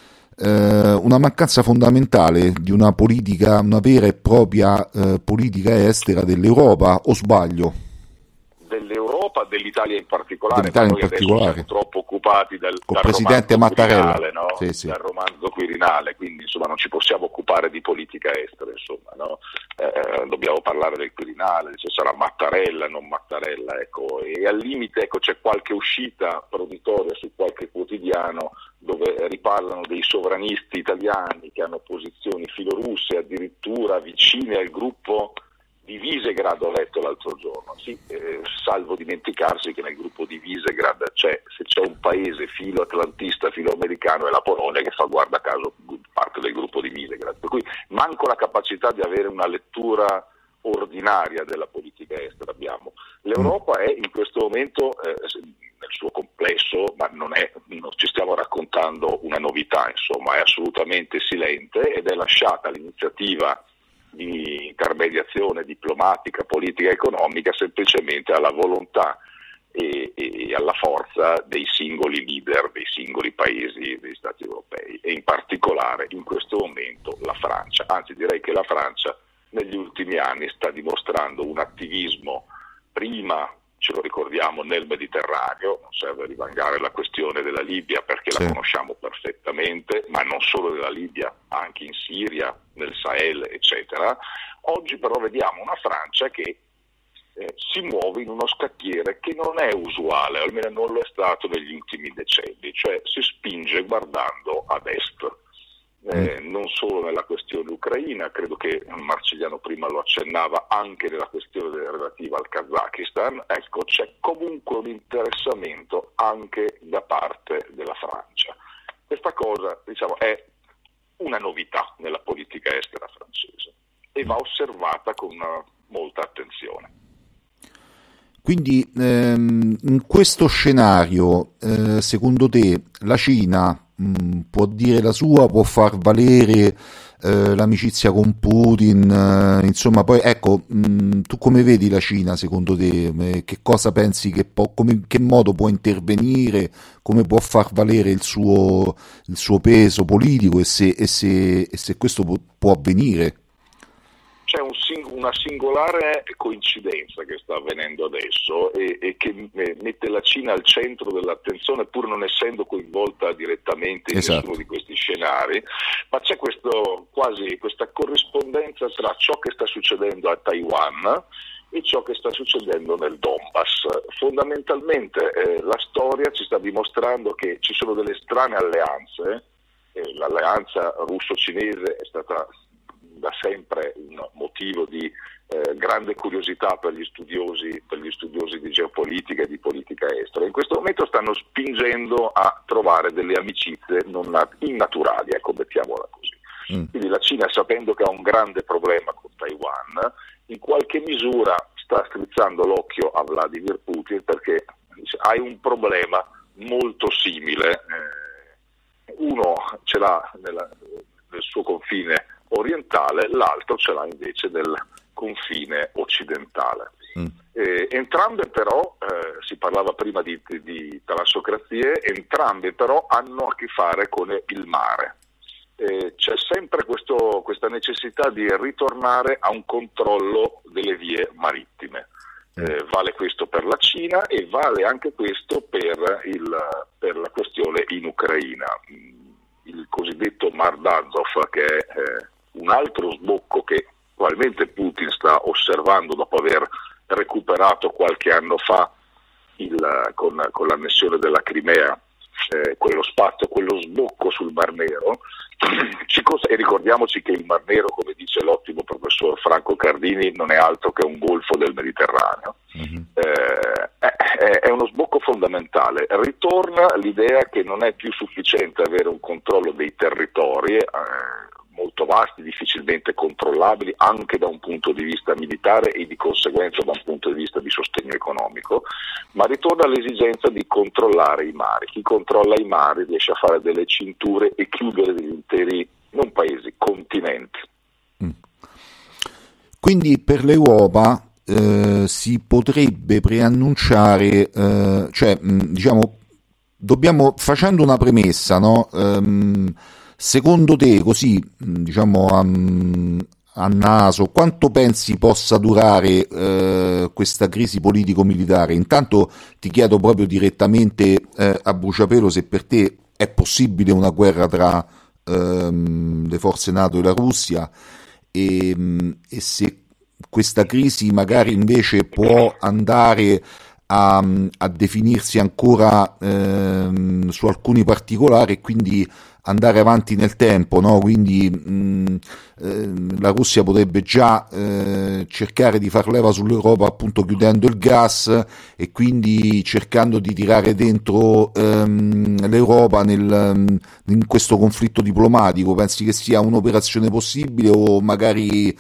una mancanza fondamentale di una politica, una vera e propria politica estera dell'Europa, o sbaglio? Dell'Europa, dell'Italia in particolare, dell'Italia ma noi in particolare. adesso siamo troppo occupati dal Presidente Mattarella, Quirinale, no? Sì. Dal romanzo Quirinale, quindi insomma non ci possiamo occupare di politica estera, insomma, no? Dobbiamo parlare del Quirinale, se sarà Mattarella, non Mattarella, ecco. E al limite, ecco, c'è qualche uscita provvisoria su qualche quotidiano dove riparlano dei sovranisti italiani che hanno posizioni filorusse, addirittura vicine al gruppo di Visegrad, ho letto l'altro giorno, sì, salvo dimenticarsi che nel gruppo di Visegrad se c'è un paese filo-atlantista, filo-americano, è la Polonia, che fa, guarda caso, parte del gruppo di Visegrad. Per cui manco la capacità di avere una lettura ordinaria della politica estera abbiamo. L'Europa è in questo momento, nel suo complesso, ma non ci stiamo raccontando una novità, insomma, è assolutamente silente ed è lasciata l'iniziativa di intermediazione diplomatica, politica e economica semplicemente alla volontà e alla forza dei singoli leader, dei singoli paesi degli Stati europei, e in particolare in questo momento la Francia. Anzi, direi che la Francia negli ultimi anni sta dimostrando un attivismo, prima, ce lo ricordiamo, nel Mediterraneo, non serve rivangare la questione della Libia perché sì, la conosciamo perfettamente, ma non solo della Libia, anche in Siria, nel Sahel, eccetera. Oggi però vediamo una Francia che si muove in uno scacchiere che non è usuale, almeno non lo è stato negli ultimi decenni, cioè si spinge guardando ad est. Non solo nella questione ucraina, credo che Marcigliano prima lo accennava, anche nella questione relativa al Kazakistan, ecco, c'è comunque un interessamento anche da parte della Francia. Questa cosa, diciamo, è una novità nella politica estera francese e va osservata con molta attenzione. Quindi in questo scenario, secondo te, la Cina può dire la sua, può far valere l'amicizia con Putin, insomma, poi ecco, tu come vedi la Cina, secondo te? Che cosa pensi che che modo può intervenire, come può far valere il suo peso politico, e se questo può avvenire? C'è una singolare coincidenza che sta avvenendo adesso e che mette la Cina al centro dell'attenzione, pur non essendo coinvolta direttamente in nessuno di questi scenari, ma c'è questa corrispondenza tra ciò che sta succedendo a Taiwan e ciò che sta succedendo nel Donbass. Fondamentalmente la storia ci sta dimostrando che ci sono delle strane alleanze. L'alleanza russo-cinese è stata da sempre un motivo di grande curiosità per gli studiosi di geopolitica e di politica estera. In questo momento stanno spingendo a trovare delle amicizie innaturali, ecco, mettiamola così. Quindi la Cina, sapendo che ha un grande problema con Taiwan, in qualche misura sta strizzando l'occhio a Vladimir Putin, perché dice: hai un problema molto simile, uno ce l'ha nel suo confine orientale, l'altro ce l'ha invece nel confine occidentale. Entrambe però, si parlava prima di talassocrazie, entrambe però hanno a che fare con il mare. C'è sempre questa necessità di ritornare a un controllo delle vie marittime. Vale questo per la Cina e vale anche questo per la questione in Ucraina. Il cosiddetto Mar d'Azov, che è un altro sbocco che probabilmente Putin sta osservando dopo aver recuperato qualche anno fa con l'annessione della Crimea, quello spazio, quello sbocco sul Mar Nero, e ricordiamoci che il Mar Nero, come dice l'ottimo professor Franco Cardini, non è altro che un golfo del Mediterraneo. È uno sbocco fondamentale. Ritorna l'idea che non è più sufficiente avere un controllo dei territori molto vasti, difficilmente controllabili anche da un punto di vista militare e di conseguenza da un punto di vista di sostegno economico, ma ritorna l'esigenza di controllare i mari. Chi controlla i mari riesce a fare delle cinture e chiudere degli interi, non paesi, continenti. Quindi per l'Europa si potrebbe preannunciare, diciamo, facendo una premessa, no? Secondo te, così, diciamo a naso, quanto pensi possa durare questa crisi politico-militare? Intanto ti chiedo proprio direttamente a bruciapelo se per te è possibile una guerra tra le forze NATO e la Russia e se questa crisi magari invece può andare a definirsi ancora su alcuni particolari e quindi andare avanti nel tempo, no? Quindi la Russia potrebbe già cercare di far leva sull'Europa, appunto chiudendo il gas e quindi cercando di tirare dentro l'Europa in questo conflitto diplomatico. Pensi che sia un'operazione possibile o magari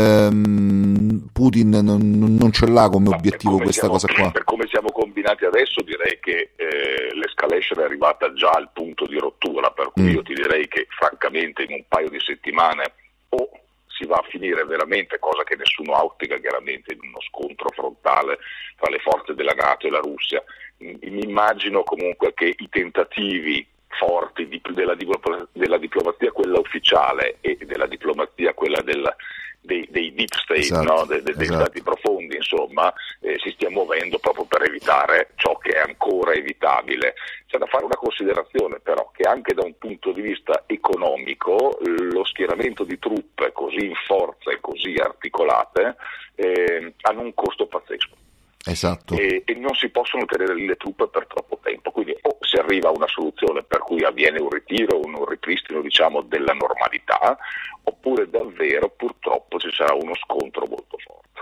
Putin non ce l'ha come obiettivo questa cosa qua? Per come siamo combinati adesso direi che l'escalation è arrivata già al punto di rottura, per cui io ti direi che francamente in un paio di settimane o si va a finire veramente, cosa che nessuno auspica chiaramente, in uno scontro frontale tra le forze della NATO e la Russia. Mi immagino comunque che i tentativi forti della diplomazia, quella ufficiale, e della diplomazia, quella dei deep state, esatto, no? Dei esatto. stati profondi, insomma, si stia muovendo proprio per evitare ciò che è ancora evitabile. C'è da fare una considerazione però, che anche da un punto di vista economico lo schieramento di truppe così in forza e così articolate hanno un costo pazzesco. Esatto. E non si possono tenere lì le truppe per troppo tempo, quindi o si arriva a una soluzione per cui avviene un ritiro, un ripristino, diciamo, della normalità, oppure davvero purtroppo ci sarà uno scontro molto forte.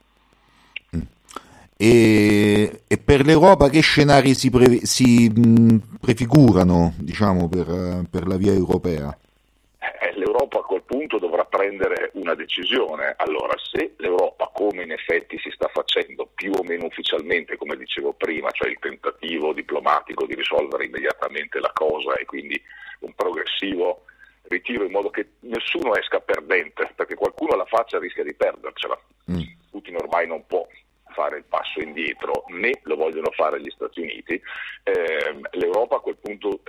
E per l'Europa che scenari si prefigurano, diciamo, per la via europea? L'Europa a quel punto dovrà prendere una decisione. Allora, se l'Europa, come in effetti si sta facendo più o meno ufficialmente, come dicevo prima, cioè il tentativo diplomatico di risolvere immediatamente la cosa e quindi un progressivo ritiro in modo che nessuno esca perdente, perché qualcuno alla faccia rischia di perdercela. Putin ormai non può fare il passo indietro, né lo vogliono fare gli Stati Uniti. L'Europa a quel punto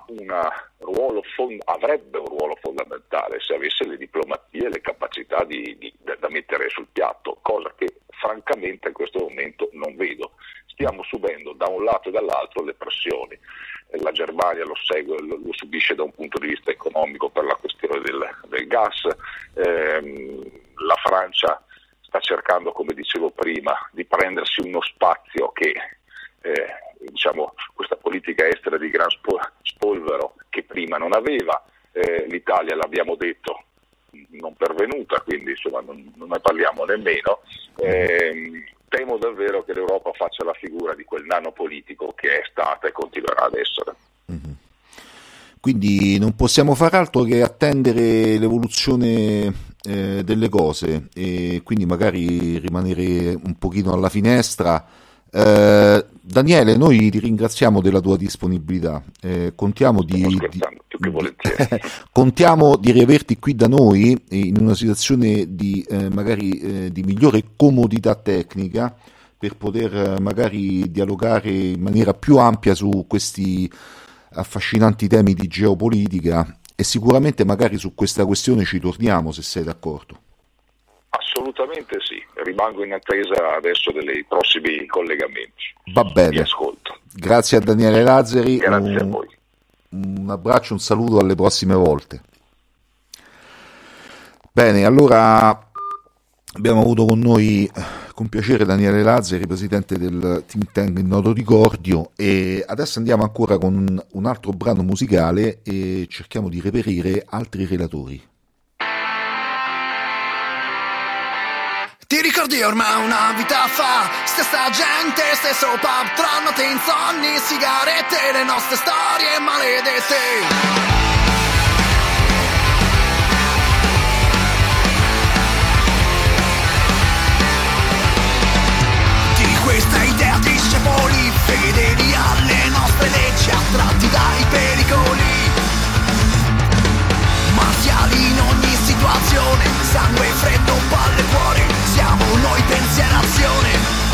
avrebbe un ruolo fondamentale se avesse le diplomazie e le capacità da mettere sul piatto, cosa che francamente in questo momento non vedo. Stiamo subendo da un lato e dall'altro le pressioni. La Germania lo subisce da un punto di vista economico per la questione del gas, la Francia sta cercando, come dicevo prima, di prendersi uno spazio che diciamo questa politica estera di gran spolvero che prima non aveva. L'Italia, l'abbiamo detto, non pervenuta, quindi insomma non ne parliamo nemmeno. Temo davvero che l'Europa faccia la figura di quel nano politico che è stata e continuerà ad essere. Quindi non possiamo far altro che attendere l'evoluzione delle cose e quindi magari rimanere un pochino alla finestra. Daniele, noi ti ringraziamo della tua disponibilità, contiamo di più che volentieri. Contiamo di riaverti qui da noi in una situazione di magari di migliore comodità tecnica per poter magari dialogare in maniera più ampia su questi affascinanti temi di geopolitica, e sicuramente magari su questa questione ci torniamo, se sei d'accordo. Assolutamente sì, rimango in attesa adesso dei prossimi collegamenti. Va bene. Vi ascolto. Grazie a Daniele Lazzari. Grazie a voi. Un abbraccio, un saluto, alle prossime volte. Bene, allora abbiamo avuto con noi con piacere Daniele Lazzari, presidente del think tank Il Nodo di Gordio, e adesso andiamo ancora con un altro brano musicale e cerchiamo di reperire altri relatori. Ti ricordi ormai una vita fa, stessa gente, stesso pub, tra notte insonni, sigarette, le nostre storie maledette. Questa idea di scepoli, fedeli alle nostre leggi, attratti dai pericoli, marziali in ogni situazione, sangue freddo, palle cuore, siamo noi pensiero azione.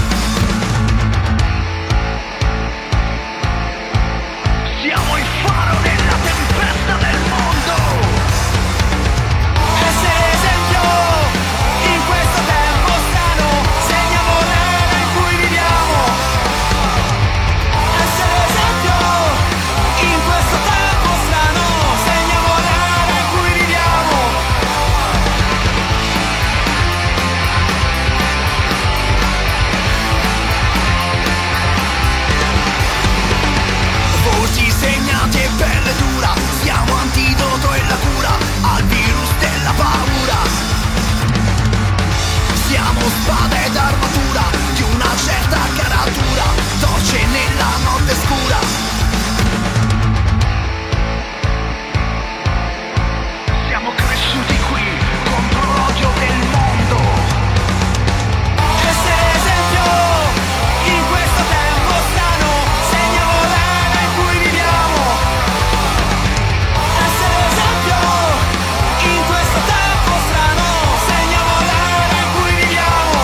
Siamo il faro nella tempesta del mondo. Essere esempio in questo tempo strano, segniamo l'era in cui viviamo. Essere esempio in questo tempo strano, segniamo l'era in cui viviamo. Voci segnati e pelle dura, siamo antidoto e la cura al virus della paura. Siamo spada ed armatura di una certa caratura, torce nella notte scura. Siamo cresciuti qui contro l'odio del mondo. Essere esempio in questo tempo strano, segniamo l'era in cui viviamo. Essere esempio in questo tempo strano, segniamo l'era in cui viviamo.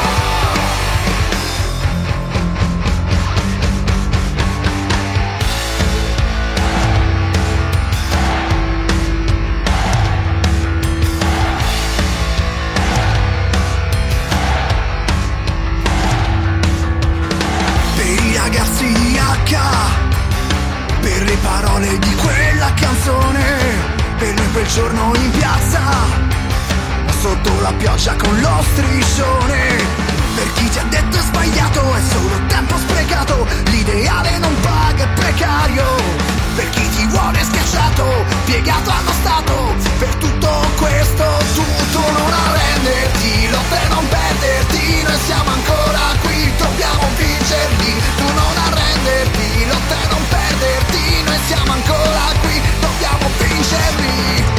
Per i ragazzi di H, per le parole di quella canzone, per lui quel giorno in piazza, sotto la pioggia con lo striscione. Per chi ti ha detto è sbagliato, è solo tempo sprecato, l'ideale non paga, è precario. Per chi ti vuole schiacciato, piegato allo Stato, per tutto questo tutto non arrenderti, lotta e non perderti, noi siamo ancora qui, dobbiamo vincerli, tu non arrenderti, lotta e non perderti, noi siamo ancora qui, dobbiamo vincerli.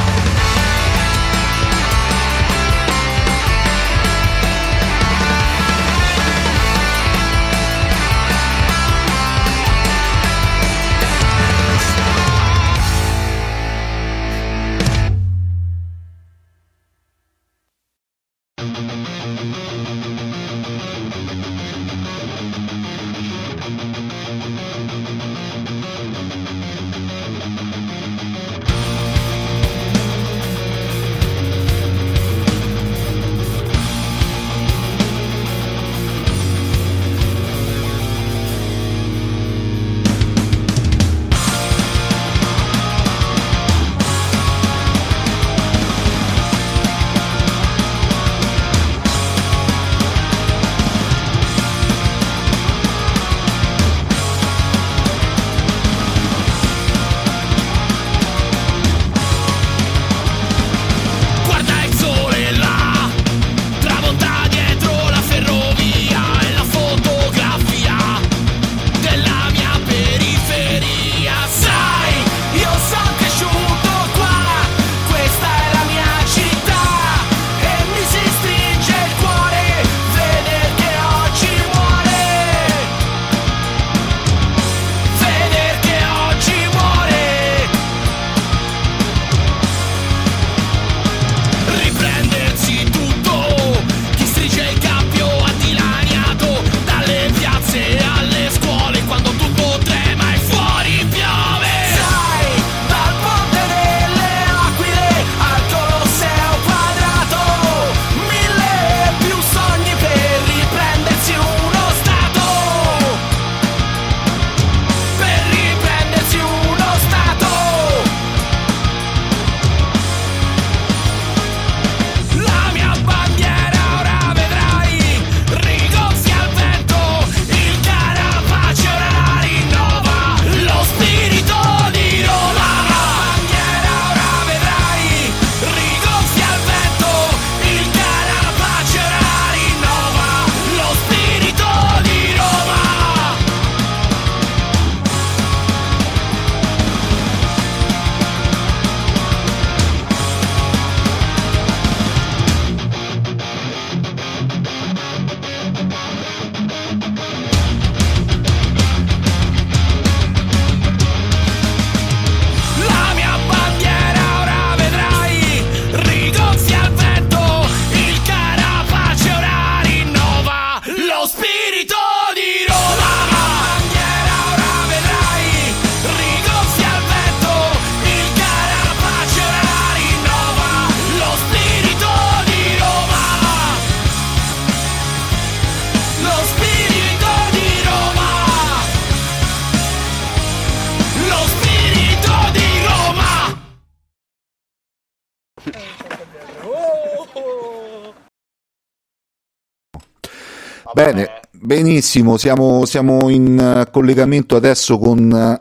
Bene, benissimo, siamo in collegamento adesso con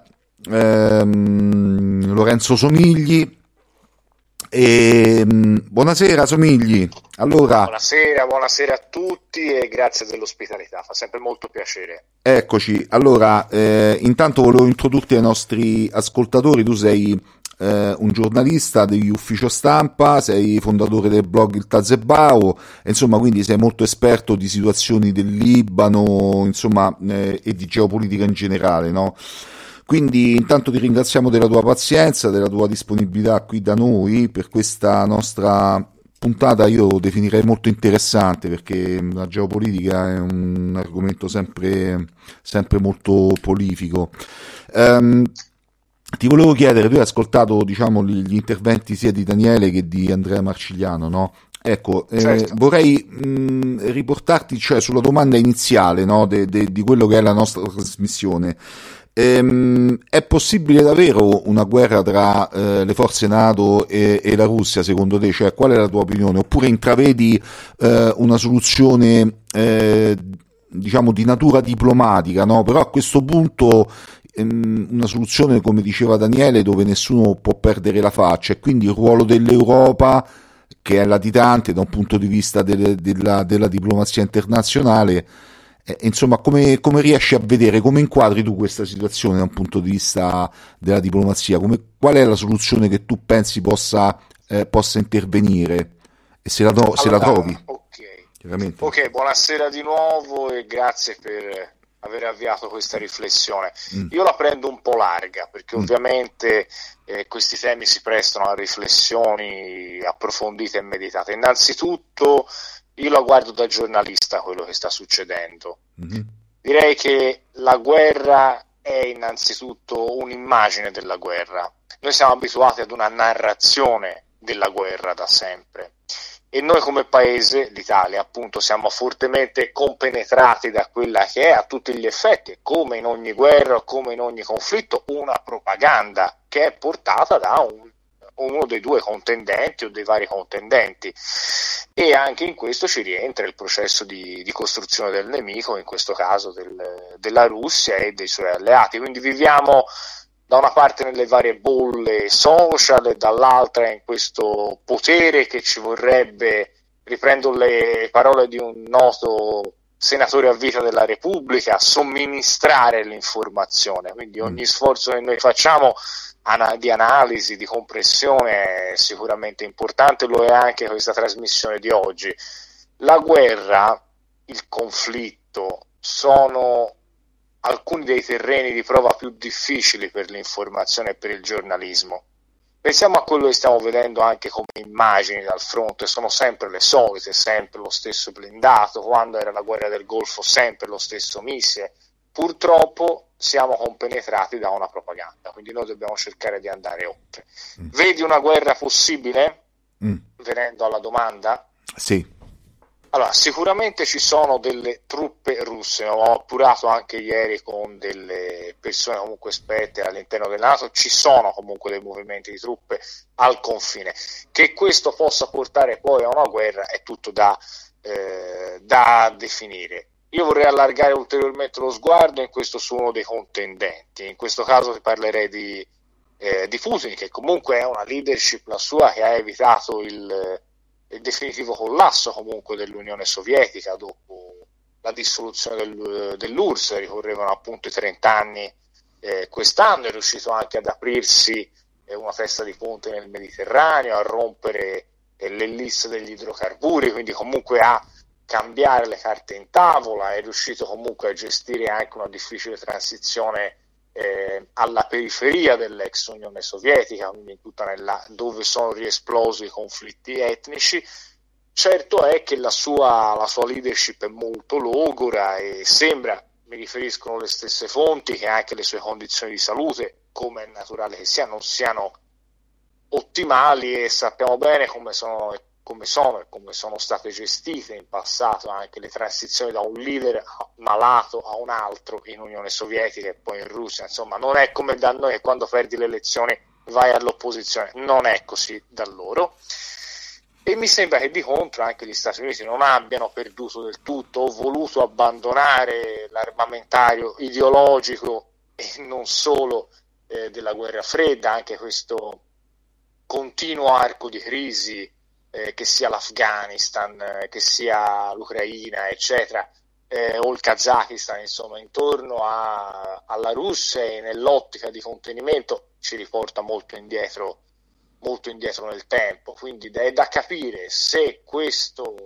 Lorenzo Somigli. Buonasera Somigli. Allora, buonasera a tutti e grazie dell'ospitalità, fa sempre molto piacere. Eccoci, allora intanto volevo introdurti ai nostri ascoltatori. Tu sei un giornalista degli Ufficio Stampa, sei fondatore del blog Il Tazebao, insomma, quindi sei molto esperto di situazioni del Libano, insomma, e di geopolitica in generale, no? Quindi intanto ti ringraziamo della tua pazienza, della tua disponibilità qui da noi per questa nostra puntata. Io definirei molto interessante, perché la geopolitica è un argomento sempre molto prolifico. Ti volevo chiedere, tu hai ascoltato, diciamo, gli interventi sia di Daniele che di Andrea Marcigliano, no? Ecco, Certo. vorrei riportarti, cioè, sulla domanda iniziale, no, di quello che è la nostra trasmissione. È possibile davvero una guerra tra le forze NATO e la Russia, secondo te? Cioè, qual è la tua opinione? Oppure intravedi una soluzione, diciamo, di natura diplomatica, no? Però a questo punto una soluzione, come diceva Daniele, dove nessuno può perdere la faccia, e quindi il ruolo dell'Europa, che è latitante da un punto di vista della diplomazia internazionale. Insomma, come riesci a vedere, come inquadri tu questa situazione da un punto di vista della diplomazia? Qual è la soluzione che tu pensi possa intervenire? E se la trovi? Chiaramente. Ok, buonasera di nuovo e grazie per aver avviato questa riflessione. Io la prendo un po' larga, perché ovviamente questi temi si prestano a riflessioni approfondite e meditate. Innanzitutto, io la guardo da giornalista quello che sta succedendo. Direi che la guerra è innanzitutto un'immagine della guerra. Noi siamo abituati ad una narrazione della guerra da sempre e noi come paese, l'Italia appunto, siamo fortemente compenetrati da quella che è a tutti gli effetti, come in ogni guerra o come in ogni conflitto, una propaganda che è portata da uno dei due contendenti o dei vari contendenti, e anche in questo ci rientra il processo di costruzione del nemico, in questo caso della Russia e dei suoi alleati. Quindi viviamo da una parte nelle varie bolle social e dall'altra in questo potere che ci vorrebbe, riprendo le parole di un noto senatore a vita della Repubblica, somministrare l'informazione. Quindi ogni sforzo che noi facciamo di analisi, di compressione è sicuramente importante, lo è anche questa trasmissione di oggi. La guerra, il conflitto, sono alcuni dei terreni di prova più difficili per l'informazione e per il giornalismo. Pensiamo a quello che stiamo vedendo anche come immagini dal fronte, sono sempre le solite, sempre lo stesso blindato, quando era la guerra del Golfo sempre lo stesso missile. Purtroppo siamo compenetrati da una propaganda, quindi noi dobbiamo cercare di andare oltre. Vedi una guerra possibile? Venendo alla domanda? Sì. Allora, sicuramente ci sono delle truppe russe, ho appurato anche ieri con delle persone comunque esperte all'interno del NATO, ci sono comunque dei movimenti di truppe al confine. Che questo possa portare poi a una guerra è tutto da definire. Io vorrei allargare ulteriormente lo sguardo in questo su uno dei contendenti, in questo caso ti parlerei di Putin, che comunque è una leadership la sua che ha evitato il definitivo collasso comunque dell'Unione Sovietica dopo la dissoluzione dell'URSS. Ricorrevano appunto i 30 anni quest'anno, è riuscito anche ad aprirsi una testa di ponte nel Mediterraneo, a rompere l'ellisse degli idrocarburi, quindi comunque a cambiare le carte in tavola, è riuscito comunque a gestire anche una difficile transizione alla periferia dell'ex Unione Sovietica, quindi tutta dove sono riesplosi i conflitti etnici. Certo è che la sua leadership è molto logora e sembra, mi riferiscono le stesse fonti, che anche le sue condizioni di salute, come è naturale che sia, non siano ottimali, e sappiamo bene come sono state gestite in passato anche le transizioni da un leader malato a un altro in Unione Sovietica e poi in Russia. Insomma, non è come da noi che quando perdi le elezioni vai all'opposizione, non è così da loro. E mi sembra che di contro anche gli Stati Uniti non abbiano perduto del tutto o voluto abbandonare l'armamentario ideologico e non solo della guerra fredda, anche questo continuo arco di crisi, che sia l'Afghanistan, che sia l'Ucraina, eccetera, o il Kazakistan, insomma, intorno alla Russia e nell'ottica di contenimento ci riporta molto indietro nel tempo. Quindi è da capire se questo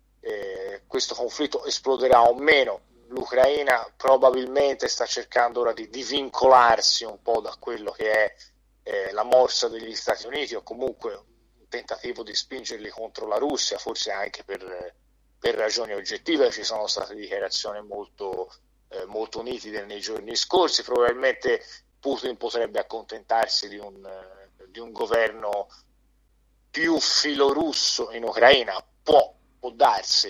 conflitto esploderà o meno. L'Ucraina probabilmente sta cercando ora di divincolarsi un po' da quello che è la morsa degli Stati Uniti, o comunque un tentativo di spingerli contro la Russia, forse anche per ragioni oggettive. Ci sono state dichiarazioni molto nitide nei giorni scorsi. Probabilmente Putin potrebbe accontentarsi di un governo più filorusso in Ucraina, può darsi.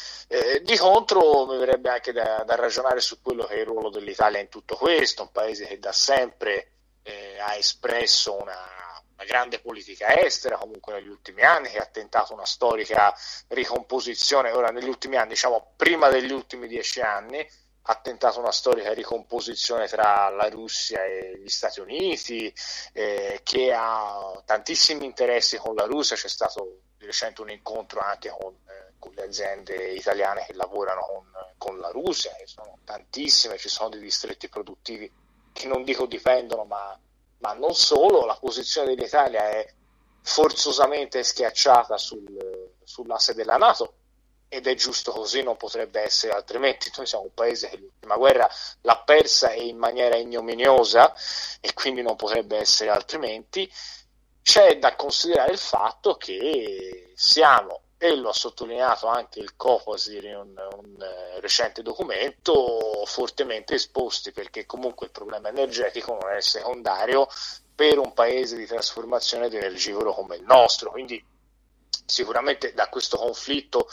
Di contro mi verrebbe anche da ragionare su quello che è il ruolo dell'Italia in tutto questo, un paese che da sempre ha espresso una grande politica estera, comunque negli ultimi anni, che ha tentato una storica ricomposizione, ora negli ultimi anni, diciamo prima degli ultimi 10 anni, ha tentato una storica ricomposizione tra la Russia e gli Stati Uniti, che ha tantissimi interessi con la Russia. C'è stato di recente un incontro anche con le aziende italiane che lavorano con la Russia, che sono tantissime, ci sono dei distretti produttivi che non dico dipendono, ma non solo. La posizione dell'Italia è forzosamente schiacciata sull'asse della NATO, ed è giusto così, non potrebbe essere altrimenti. Noi siamo un paese che l'ultima guerra l'ha persa e in maniera ignominiosa, e quindi non potrebbe essere altrimenti. C'è da considerare il fatto che siamo, e lo ha sottolineato anche il Copasir in un recente documento, fortemente esposti, perché comunque il problema energetico non è secondario per un paese di trasformazione ed energivoro come il nostro. Quindi sicuramente da questo conflitto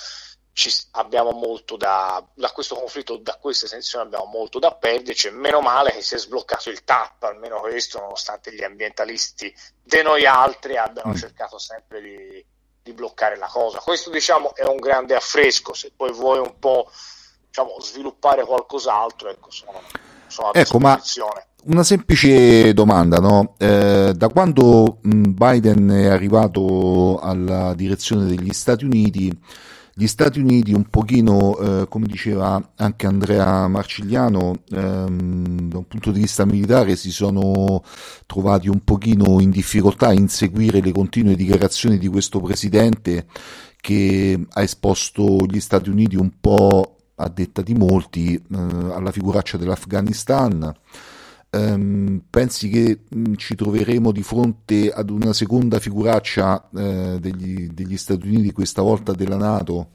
abbiamo molto da queste tensioni abbiamo molto da perderci. Meno male che si è sbloccato il TAP, almeno questo, nonostante gli ambientalisti de noi altri abbiano cercato sempre di bloccare la cosa. Questo, diciamo, è un grande affresco. Se poi vuoi un po', diciamo, sviluppare qualcos'altro, ecco, sono a disposizione. Una semplice domanda, no? Da quando Biden è arrivato alla direzione degli Stati Uniti, gli Stati Uniti un pochino, come diceva anche Andrea Marcigliano, da un punto di vista militare si sono trovati un pochino in difficoltà a inseguire le continue dichiarazioni di questo presidente, che ha esposto gli Stati Uniti un po', a detta di molti, alla figuraccia dell'Afghanistan. Pensi che ci troveremo di fronte ad una seconda figuraccia degli Stati Uniti, questa volta della NATO,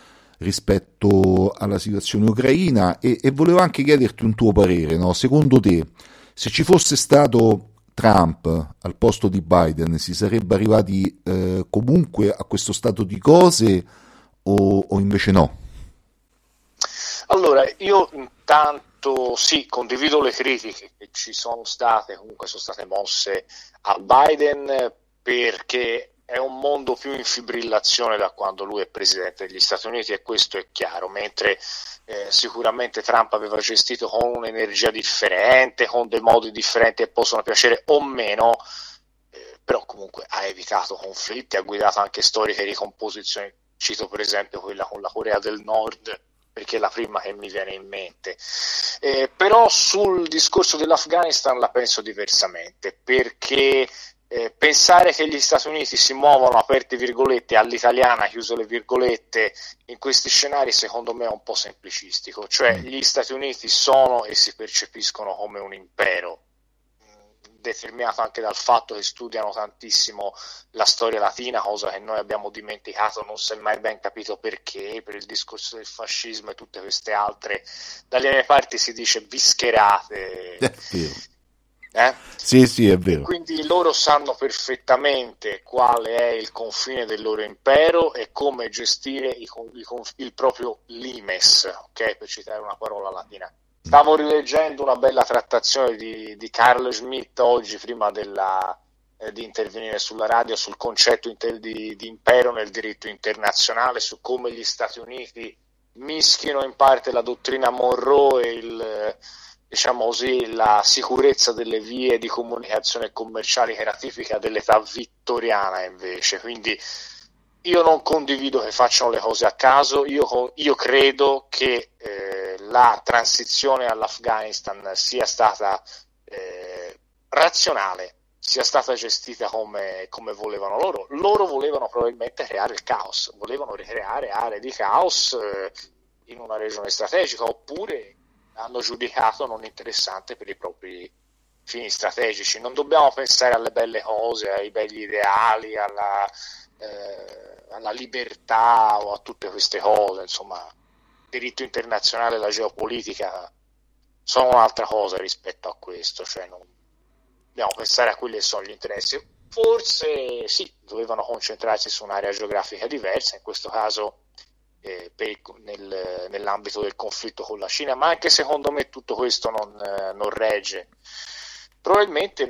rispetto alla situazione ucraina? E volevo anche chiederti un tuo parere, no? Secondo te, se ci fosse stato Trump al posto di Biden, si sarebbe arrivati comunque a questo stato di cose o invece no? Allora, io intanto sì, condivido le critiche che ci sono state, comunque sono state mosse a Biden, perché è un mondo più in fibrillazione da quando lui è presidente degli Stati Uniti, e questo è chiaro, mentre sicuramente Trump aveva gestito con un'energia differente, con dei modi differenti che possono piacere o meno, però comunque ha evitato conflitti, ha guidato anche storiche ricomposizioni. Cito per esempio quella con la Corea del Nord, perché è la prima che mi viene in mente. Però sul discorso dell'Afghanistan la penso diversamente, perché pensare che gli Stati Uniti si muovono, aperte virgolette, all'italiana, chiuse le virgolette, in questi scenari, secondo me è un po' semplicistico. Cioè, gli Stati Uniti sono e si percepiscono come un impero, determinato anche dal fatto che studiano tantissimo la storia latina, cosa che noi abbiamo dimenticato, non si è mai ben capito perché, per il discorso del fascismo e tutte queste altre, dalle mie parti si dice bischerate. Sì, è vero. Quindi loro sanno perfettamente quale è il confine del loro impero e come gestire il proprio limes, ok? Per citare una parola latina. Stavo rileggendo una bella trattazione di Carl Schmitt oggi, prima della di intervenire sulla radio sul concetto di impero nel diritto internazionale, su come gli Stati Uniti mischino in parte la dottrina Monroe e diciamo così, la sicurezza delle vie di comunicazione commerciali che ratifica dell'età vittoriana invece. Quindi io non condivido che facciano le cose a caso, io credo che la transizione all'Afghanistan sia stata razionale, sia stata gestita come volevano loro. Loro volevano probabilmente creare il caos, volevano ricreare aree di caos in una regione strategica, oppure hanno giudicato non interessante per i propri fini strategici. Non dobbiamo pensare alle belle cose, ai begli ideali, alla libertà o a tutte queste cose. Insomma, il diritto internazionale e la geopolitica sono un'altra cosa rispetto a questo, cioè non dobbiamo pensare a quelli che sono gli interessi. Forse sì, dovevano concentrarsi su un'area geografica diversa, in questo caso nell'ambito del conflitto con la Cina, ma anche secondo me tutto questo non regge. Probabilmente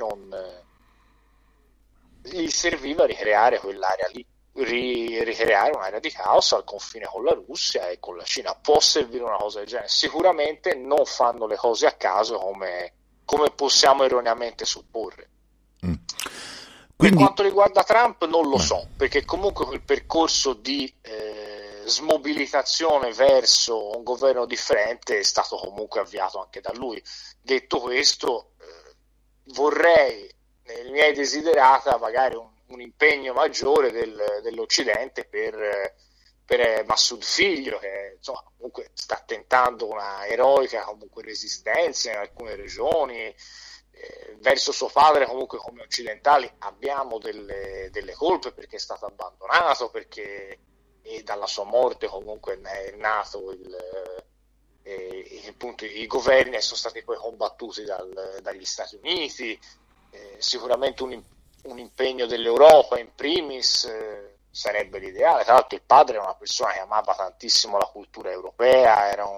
gli serviva ricreare quell'area lì, ricreare un'area di caos al confine con la Russia e con la Cina. Può servire una cosa del genere. Sicuramente non fanno le cose a caso come possiamo erroneamente supporre. Quindi, per quanto riguarda Trump non lo so, perché comunque quel percorso di smobilitazione verso un governo differente è stato comunque avviato anche da lui. Detto questo, vorrei nei miei desiderata magari un impegno maggiore dell'Occidente per Massoud figlio, che insomma comunque sta tentando una eroica comunque resistenza in alcune regioni. Verso suo padre comunque come occidentali abbiamo delle colpe, perché è stato abbandonato, perché dalla sua morte comunque è nato appunto, i governi sono stati poi combattuti dagli Stati Uniti. Sicuramente un impegno dell'Europa in primis sarebbe l'ideale. Tra l'altro il padre era una persona che amava tantissimo la cultura europea, era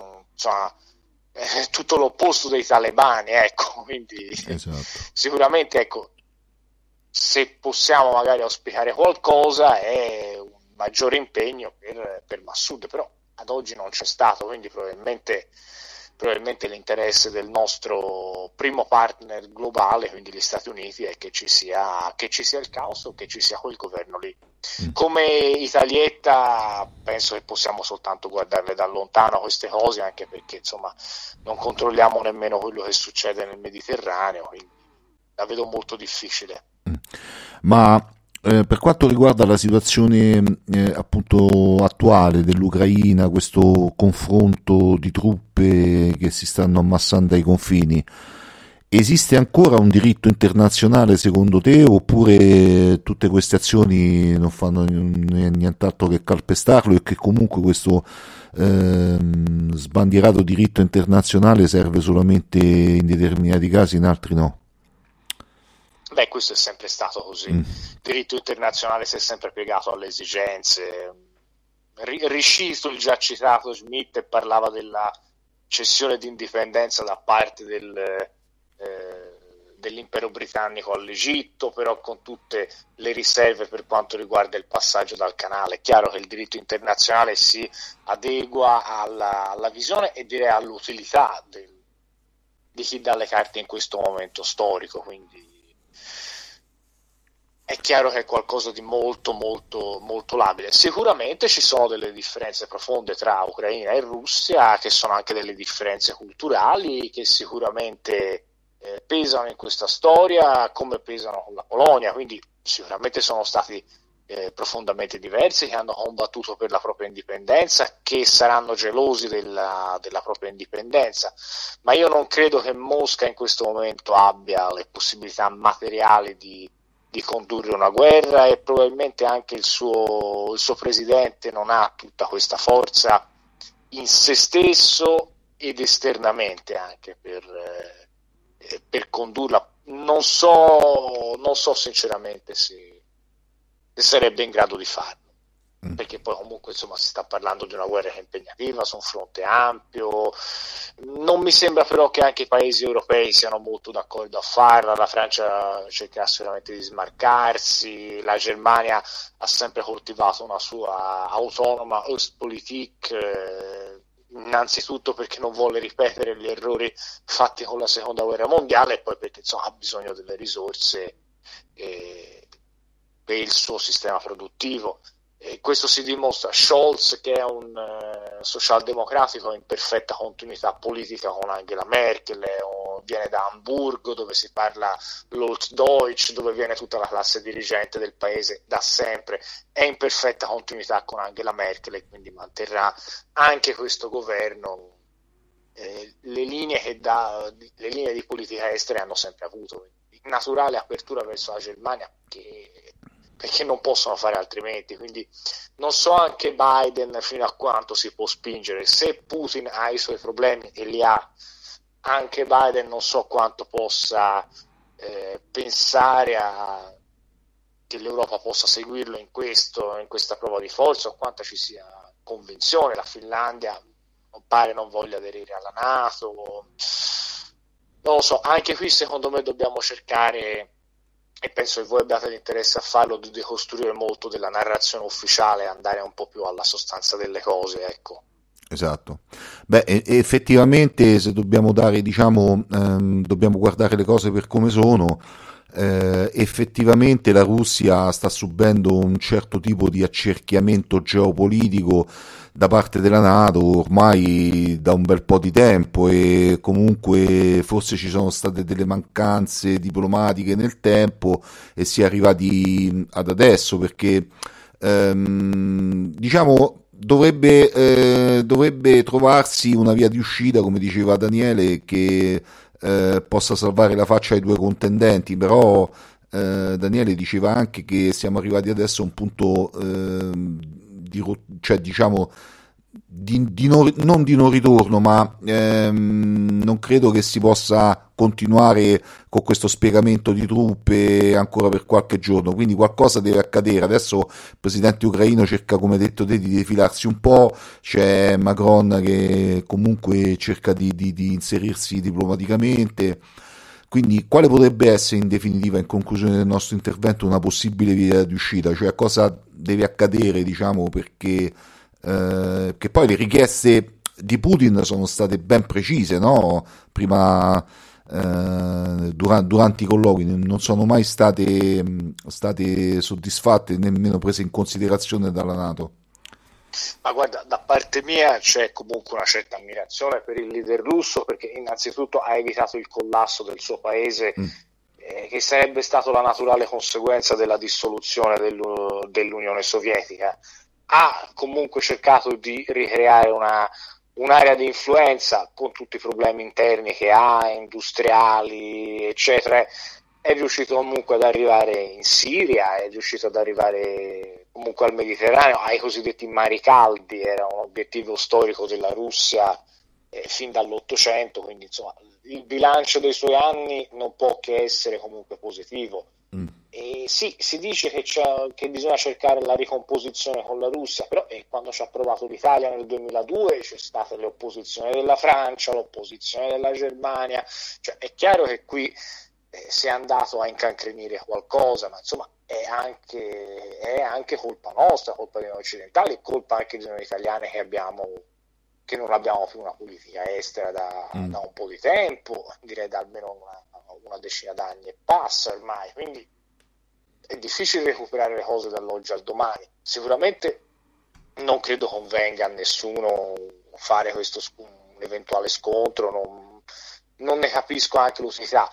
tutto l'opposto dei talebani, ecco, quindi esatto. Sicuramente, ecco, se possiamo magari auspicare qualcosa è un maggiore impegno per Massoud, però ad oggi non c'è stato, quindi probabilmente l'interesse del nostro primo partner globale, quindi gli Stati Uniti, è che ci sia il caos o che ci sia quel governo lì. Come Italietta penso che possiamo soltanto guardarle da lontano queste cose, anche perché insomma non controlliamo nemmeno quello che succede nel Mediterraneo, quindi la vedo molto difficile. Ma per quanto riguarda la situazione appunto attuale dell'Ucraina, questo confronto di truppe che si stanno ammassando ai confini, esiste ancora un diritto internazionale secondo te, oppure tutte queste azioni non fanno nient'altro che calpestarlo, e che comunque questo sbandierato diritto internazionale serve solamente in determinati casi, in altri no? Beh, questo è sempre stato così. Il diritto internazionale si è sempre piegato alle esigenze. Riscito, il già citato Schmitt, parlava della cessione di indipendenza da parte dell'impero britannico all'Egitto, però con tutte le riserve per quanto riguarda il passaggio dal canale. È chiaro che il diritto internazionale si adegua alla visione e direi all'utilità di chi dà le carte in questo momento storico, quindi è chiaro che è qualcosa di molto molto molto labile. Sicuramente ci sono delle differenze profonde tra Ucraina e Russia, che sono anche delle differenze culturali che sicuramente pesano in questa storia, come pesano con la Polonia, quindi sicuramente sono stati profondamente diversi, che hanno combattuto per la propria indipendenza, che saranno gelosi della propria indipendenza, ma io non credo che Mosca in questo momento abbia le possibilità materiali di condurre una guerra, e probabilmente anche il suo presidente non ha tutta questa forza in se stesso ed esternamente anche per condurla. Non so sinceramente se sarebbe in grado di farlo. perché poi comunque insomma si sta parlando di una guerra che è impegnativa su un fronte ampio. Non mi sembra però che anche i paesi europei siano molto d'accordo a farla. La Francia cercasse veramente di smarcarsi, la Germania ha sempre coltivato una sua autonoma Ostpolitik, innanzitutto perché non vuole ripetere gli errori fatti con la seconda guerra mondiale, e poi perché insomma ha bisogno delle risorse per il suo sistema produttivo. E questo si dimostra. Scholz, che è un socialdemocratico in perfetta continuità politica con Angela Merkel, viene da Amburgo, dove si parla l'Hochdeutsch, dove viene tutta la classe dirigente del paese da sempre, è in perfetta continuità con Angela Merkel e quindi manterrà anche questo governo le linee di politica estera hanno sempre avuto, naturale apertura verso la Germania perché non possono fare altrimenti. Quindi non so anche Biden fino a quanto si può spingere. Se Putin ha i suoi problemi, e li ha, anche Biden non so quanto possa pensare che l'Europa possa seguirlo in questa prova di forza, o quanta ci sia convinzione. La Finlandia pare non voglia aderire alla NATO, non lo so. Anche qui secondo me dobbiamo cercare, e penso che voi abbiate l'interesse a farlo, di decostruire molto della narrazione ufficiale e andare un po' più alla sostanza delle cose, ecco. Esatto. Beh, effettivamente se dobbiamo dare, diciamo, dobbiamo guardare le cose per come sono, effettivamente la Russia sta subendo un certo tipo di accerchiamento geopolitico da parte della NATO ormai da un bel po' di tempo, e comunque forse ci sono state delle mancanze diplomatiche nel tempo e si è arrivati ad adesso, perché diciamo dovrebbe trovarsi una via di uscita, come diceva Daniele, che possa salvare la faccia ai due contendenti. Però Daniele diceva anche che siamo arrivati adesso a un punto cioè diciamo non di non ritorno, ma non credo che si possa continuare con questo spiegamento di truppe ancora per qualche giorno, quindi qualcosa deve accadere. Adesso il presidente ucraino cerca, come detto te, di defilarsi un po', c'è Macron che comunque cerca di inserirsi diplomaticamente. Quindi quale potrebbe essere, in definitiva, in conclusione del nostro intervento, una possibile via di uscita? Cioè cosa deve accadere, diciamo, perché che poi le richieste di Putin sono state ben precise, no? Prima durante i colloqui non sono mai state soddisfatte, nemmeno prese in considerazione dalla NATO. Ma guarda, da parte mia c'è comunque una certa ammirazione per il leader russo, perché innanzitutto ha evitato il collasso del suo paese, che sarebbe stato la naturale conseguenza della dissoluzione dell'Unione Sovietica. Ha comunque cercato di ricreare un'area di influenza con tutti i problemi interni che ha, industriali, eccetera. È riuscito comunque ad arrivare in Siria, è riuscito ad arrivare comunque al Mediterraneo, ai cosiddetti mari caldi, era un obiettivo storico della Russia fin dall'800, quindi insomma il bilancio dei suoi anni non può che essere comunque positivo. E sì, si dice che bisogna cercare la ricomposizione con la Russia, però quando ci ha provato l'Italia nel 2002 c'è stata l'opposizione della Francia, l'opposizione della Germania, cioè è chiaro che qui si è andato a incancrenire qualcosa, ma insomma è anche colpa nostra, colpa dei noi occidentali, colpa anche di noi italiani che non abbiamo più una politica estera da un po' di tempo, direi da almeno una decina d'anni e passa ormai, quindi è difficile recuperare le cose dall'oggi al domani. Sicuramente non credo convenga a nessuno fare un eventuale scontro, non ne capisco anche l'utilità.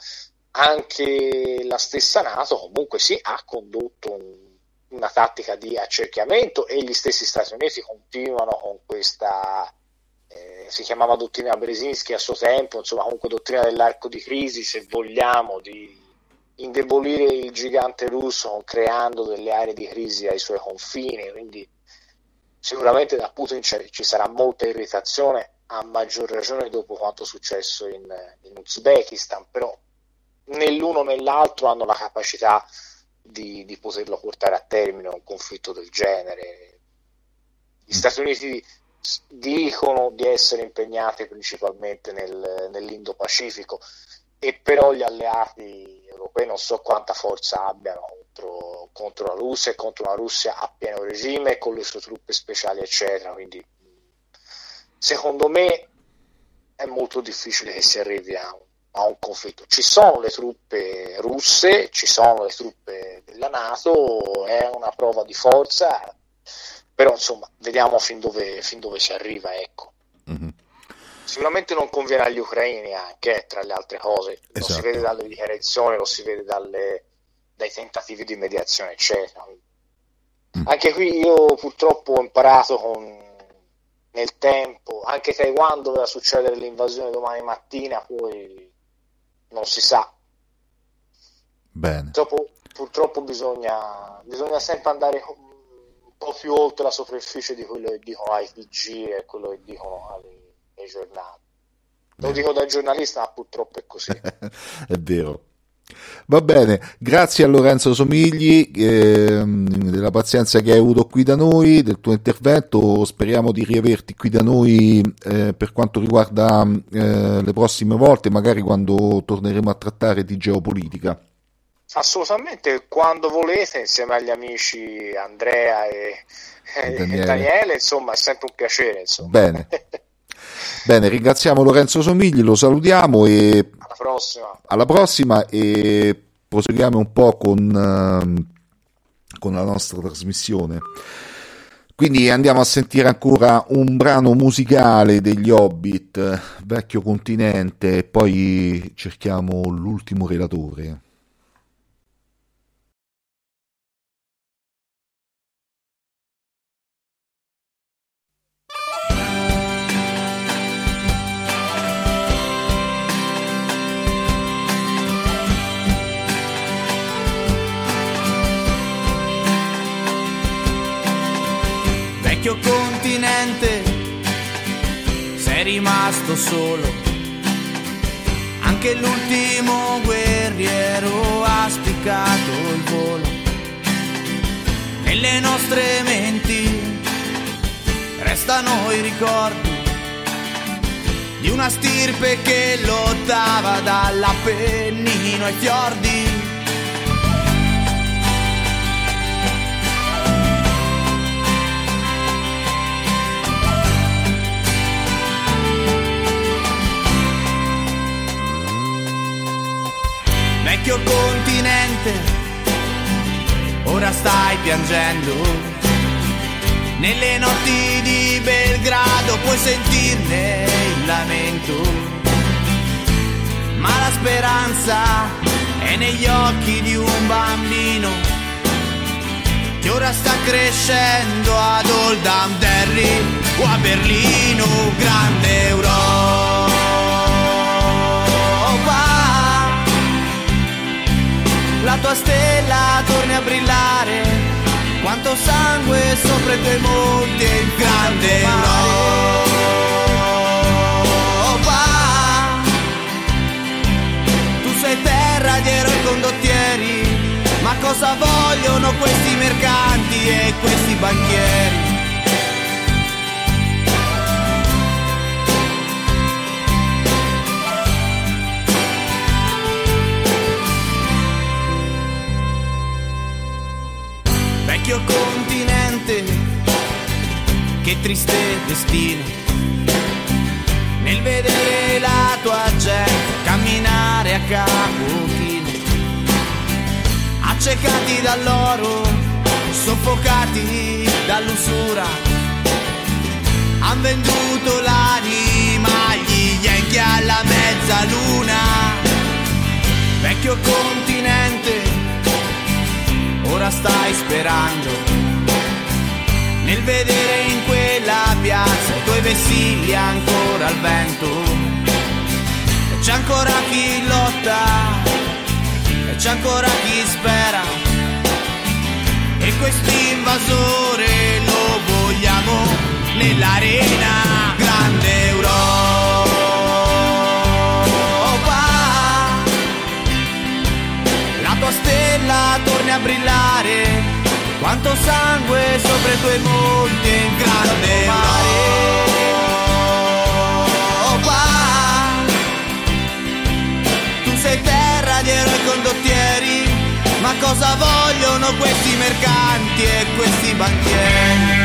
Anche la stessa NATO comunque ha condotto una tattica di accerchiamento, e gli stessi Stati Uniti continuano con questa si chiamava dottrina Brzezinski a suo tempo, insomma comunque dottrina dell'arco di crisi, se vogliamo, di indebolire il gigante russo creando delle aree di crisi ai suoi confini. Quindi sicuramente da Putin ci sarà molta irritazione, a maggior ragione dopo quanto successo in Uzbekistan, però né l'uno né l'altro hanno la capacità di poterlo portare a termine un conflitto del genere. Gli Stati Uniti dicono di essere impegnati principalmente nell'Indo-Pacifico, e però gli alleati europei non so quanta forza abbiano contro la Russia, e contro una Russia a pieno regime con le sue truppe speciali eccetera, quindi secondo me è molto difficile che si arrivi a un conflitto. Ci sono le truppe russe, ci sono le truppe della NATO, è una prova di forza, però insomma vediamo fin dove si arriva, ecco. Mm-hmm. Sicuramente non conviene agli ucraini anche, tra le altre cose, lo si vede dalle dichiarazioni, lo si vede dai tentativi di mediazione eccetera. Anche qui io purtroppo ho imparato nel tempo, anche Taiwan doveva succedere l'invasione domani mattina, poi non si sa. Bene. Purtroppo bisogna sempre andare un po' più oltre la superficie di quello che dicono ai TG e quello che dicono ai giornali. Lo dico da giornalista, ma purtroppo è così. È vero. Va bene, grazie a Lorenzo Somigli della pazienza che hai avuto qui da noi, del tuo intervento. Speriamo di riaverti qui da noi per quanto riguarda le prossime volte, magari quando torneremo a trattare di geopolitica. Assolutamente, quando volete, insieme agli amici Andrea e Daniele, insomma è sempre un piacere, insomma. Bene, ringraziamo Lorenzo Somigli, lo salutiamo e alla prossima e proseguiamo un po' con la nostra trasmissione. Quindi andiamo a sentire ancora un brano musicale degli Hobbit, Vecchio Continente, e poi cerchiamo l'ultimo relatore. Vecchio continente, sei rimasto solo, anche l'ultimo guerriero ha spiccato il volo. Nelle nostre menti restano i ricordi di una stirpe che lottava dall'Appennino ai fiordi. Vecchio continente, ora stai piangendo. Nelle notti di Belgrado puoi sentirne il lamento, ma la speranza è negli occhi di un bambino che ora sta crescendo ad Oldham Derry o a Berlino. Grande Europa, la tua stella torni a brillare, quanto sangue sopra i tuoi monti e il grande Europa. Tu sei terra di eroi condottieri, ma cosa vogliono questi mercanti e questi banchieri? Vecchio continente, che triste destino, nel vedere la tua gente camminare a capo chino, accecati dall'oro, soffocati dall'usura, han venduto l'anima agli Yankee alla mezzaluna. Vecchio continente, ora stai sperando nel vedere in quella piazza i tuoi vessilli ancora al vento. E c'è ancora chi lotta, e c'è ancora chi spera, e quest'invasore lo vogliamo nell'arena. Grande Europa, la tua stella torni a brillare, quando quanto sangue sopra i tuoi monti in grande Europa. Tu sei terra di eroi condottieri, ma cosa vogliono questi mercanti e questi banchieri?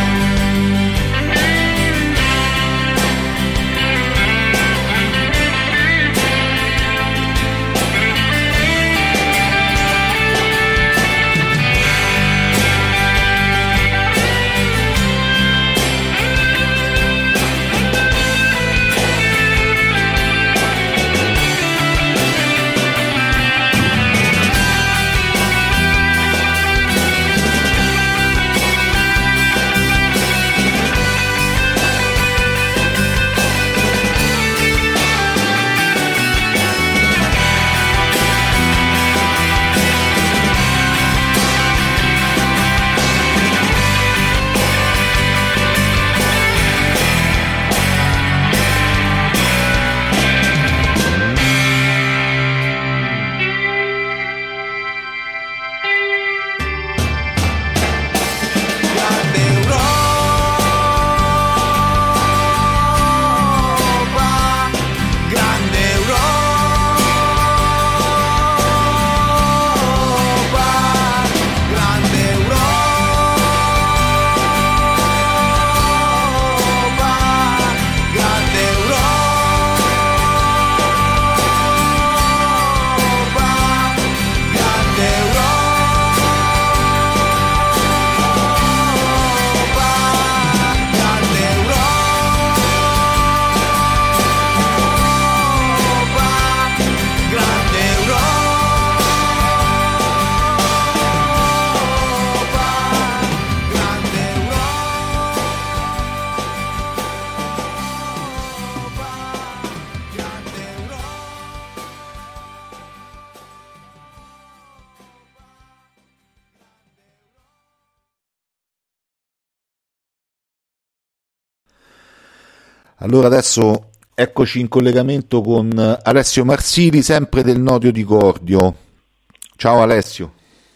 Allora adesso eccoci in collegamento con Alessio Marsili, sempre del Nodio di Cordio. Ciao Alessio.